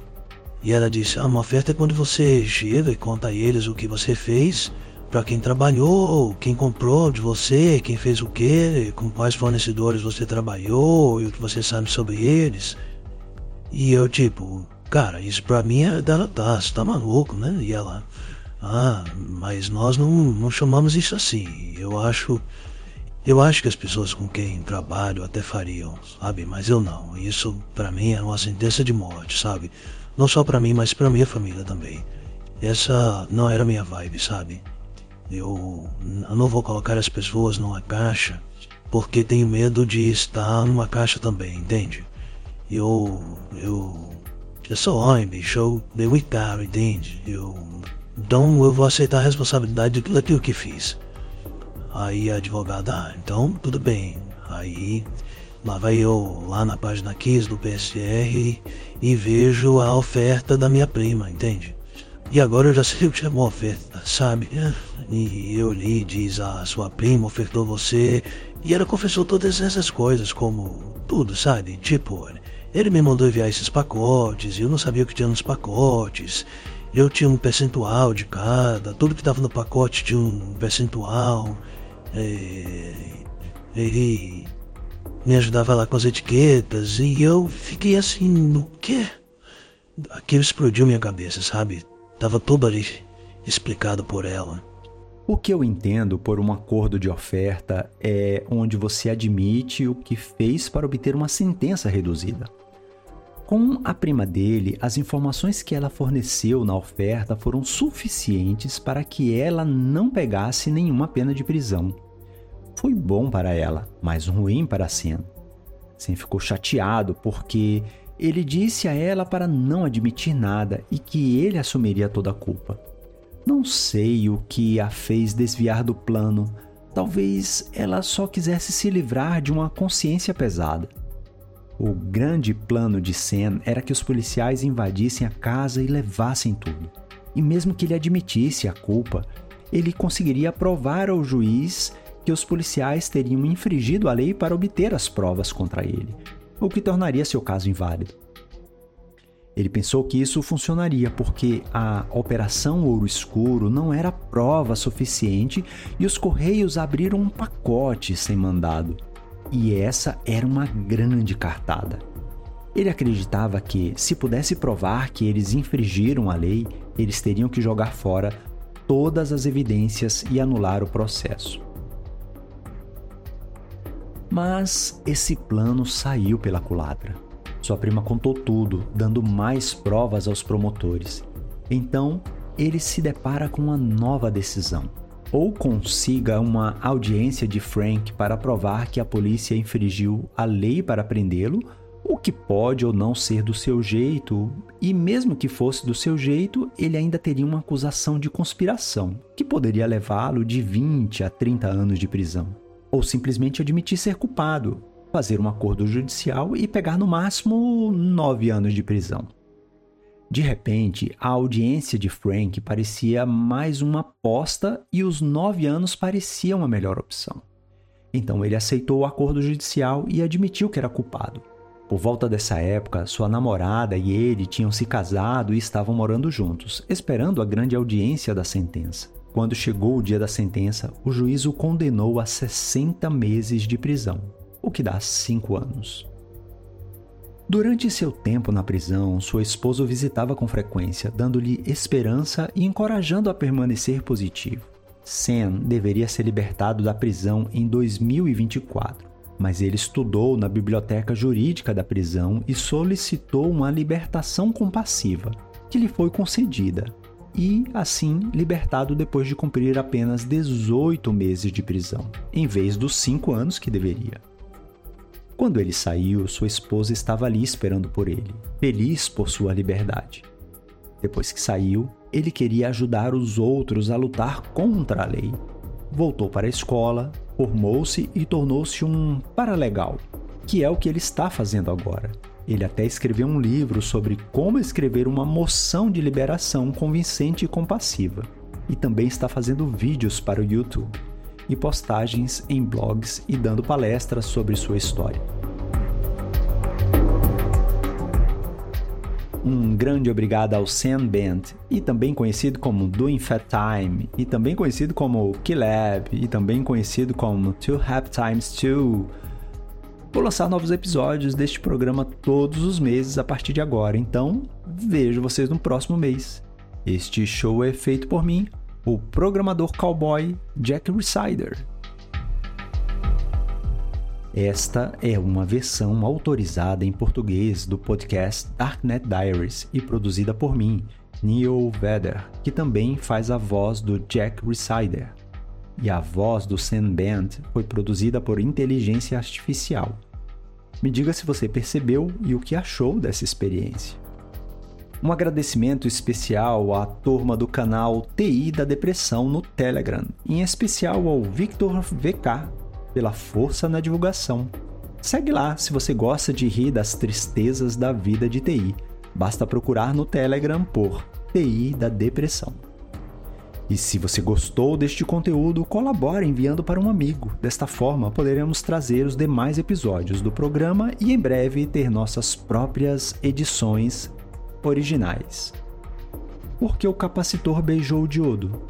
E ela disse, ah, uma oferta é quando você chega e conta a eles o que você fez, para quem trabalhou, quem comprou de você, quem fez o quê, com quais fornecedores você trabalhou e o que você sabe sobre eles. E eu tipo, cara, isso pra mim é dela, tá, você tá maluco, né? E ela, ah, mas nós não, não chamamos isso assim. Eu acho, eu acho que as pessoas com quem trabalho até fariam, sabe? Mas eu não. Isso pra mim é uma sentença de morte, sabe? Não só pra mim, mas pra minha família também. Essa não era minha vibe, sabe? Eu, eu não vou colocar as pessoas numa caixa porque tenho medo de estar numa caixa também, entende? Eu, eu, eu sou homem, bicho, eu dei o cara, entende? Eu, então eu vou aceitar a responsabilidade de tudo aquilo que fiz. Aí a advogada, ah, então tudo bem. Aí lá vai eu, lá na página quinze do P S R e vejo a oferta da minha prima, entende? E agora eu já sei o que é uma oferta, sabe? E eu li, diz, a sua prima ofertou você. E ela confessou todas essas coisas, como tudo, sabe? Tipo, ele me mandou enviar esses pacotes, eu não sabia o que tinha nos pacotes. Eu tinha um percentual de cada, tudo que tava no pacote tinha um percentual. É, ele me ajudava lá com as etiquetas e eu fiquei assim, no quê? Aquilo explodiu minha cabeça, sabe? Tava tudo ali explicado por ela. O que eu entendo por um acordo de oferta é onde você admite o que fez para obter uma sentença reduzida. Com a prima dele, as informações que ela forneceu na oferta foram suficientes para que ela não pegasse nenhuma pena de prisão. Foi bom para ela, mas ruim para Sam. Sam ficou chateado porque ele disse a ela para não admitir nada e que ele assumiria toda a culpa. Não sei o que a fez desviar do plano. Talvez ela só quisesse se livrar de uma consciência pesada. O grande plano de Sam era que os policiais invadissem a casa e levassem tudo. E mesmo que ele admitisse a culpa, ele conseguiria provar ao juiz que os policiais teriam infringido a lei para obter as provas contra ele, o que tornaria seu caso inválido. Ele pensou que isso funcionaria porque a Operação Ouro Escuro não era prova suficiente e os Correios abriram um pacote sem mandado. E essa era uma grande cartada. Ele acreditava que, se pudesse provar que eles infringiram a lei, eles teriam que jogar fora todas as evidências e anular o processo. Mas esse plano saiu pela culatra. Sua prima contou tudo, dando mais provas aos promotores. Então, ele se depara com uma nova decisão. Ou consiga uma audiência de Frank para provar que a polícia infringiu a lei para prendê-lo, o que pode ou não ser do seu jeito, e mesmo que fosse do seu jeito, ele ainda teria uma acusação de conspiração, que poderia levá-lo de vinte a trinta anos de prisão. Ou simplesmente admitir ser culpado, fazer um acordo judicial e pegar no máximo nove anos de prisão. De repente, a audiência de Frank parecia mais uma aposta e os nove anos pareciam a melhor opção. Então ele aceitou o acordo judicial e admitiu que era culpado. Por volta dessa época, sua namorada e ele tinham se casado e estavam morando juntos, esperando a grande audiência da sentença. Quando chegou o dia da sentença, o juiz o condenou a sessenta meses de prisão, o que dá cinco anos. Durante seu tempo na prisão, sua esposa o visitava com frequência, dando-lhe esperança e encorajando a permanecer positivo. Sam deveria ser libertado da prisão em dois mil e vinte e quatro, mas ele estudou na biblioteca jurídica da prisão e solicitou uma libertação compassiva, que lhe foi concedida, e, assim, libertado depois de cumprir apenas dezoito meses de prisão, em vez dos cinco anos que deveria. Quando ele saiu, sua esposa estava ali esperando por ele, feliz por sua liberdade. Depois que saiu, ele queria ajudar os outros a lutar contra a lei. Voltou para a escola, formou-se e tornou-se um paralegal, que é o que ele está fazendo agora. Ele até escreveu um livro sobre como escrever uma moção de liberação convincente e compassiva. E também está fazendo vídeos para o YouTube e postagens em blogs e dando palestras sobre sua história. Um grande obrigado ao Sam Bent, e também conhecido como Doing Fat Time, e também conhecido como Kilab, e também conhecido como Two Happy Times Two. Vou lançar novos episódios deste programa todos os meses a partir de agora, então vejo vocês no próximo mês. Este show é feito por mim, o programador cowboy Jack Rhysider. Esta é uma versão autorizada em português do podcast Darknet Diaries e produzida por mim, Neil Vedder, que também faz a voz do Jack Rhysider. E a voz do Sam Bent foi produzida por inteligência artificial. Me diga se você percebeu e o que achou dessa experiência. Um agradecimento especial à turma do canal T I da Depressão no Telegram, em especial ao Victor V K, pela força na divulgação. Segue lá se você gosta de rir das tristezas da vida de T I. Basta procurar no Telegram por T I da depressão. E se você gostou deste conteúdo, colabore enviando para um amigo. Desta forma, poderemos trazer os demais episódios do programa e em breve ter nossas próprias edições originais. Por que o capacitor beijou o diodo?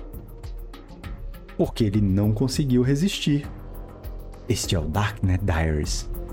Porque ele não conseguiu resistir. Este é o Darknet Diaries.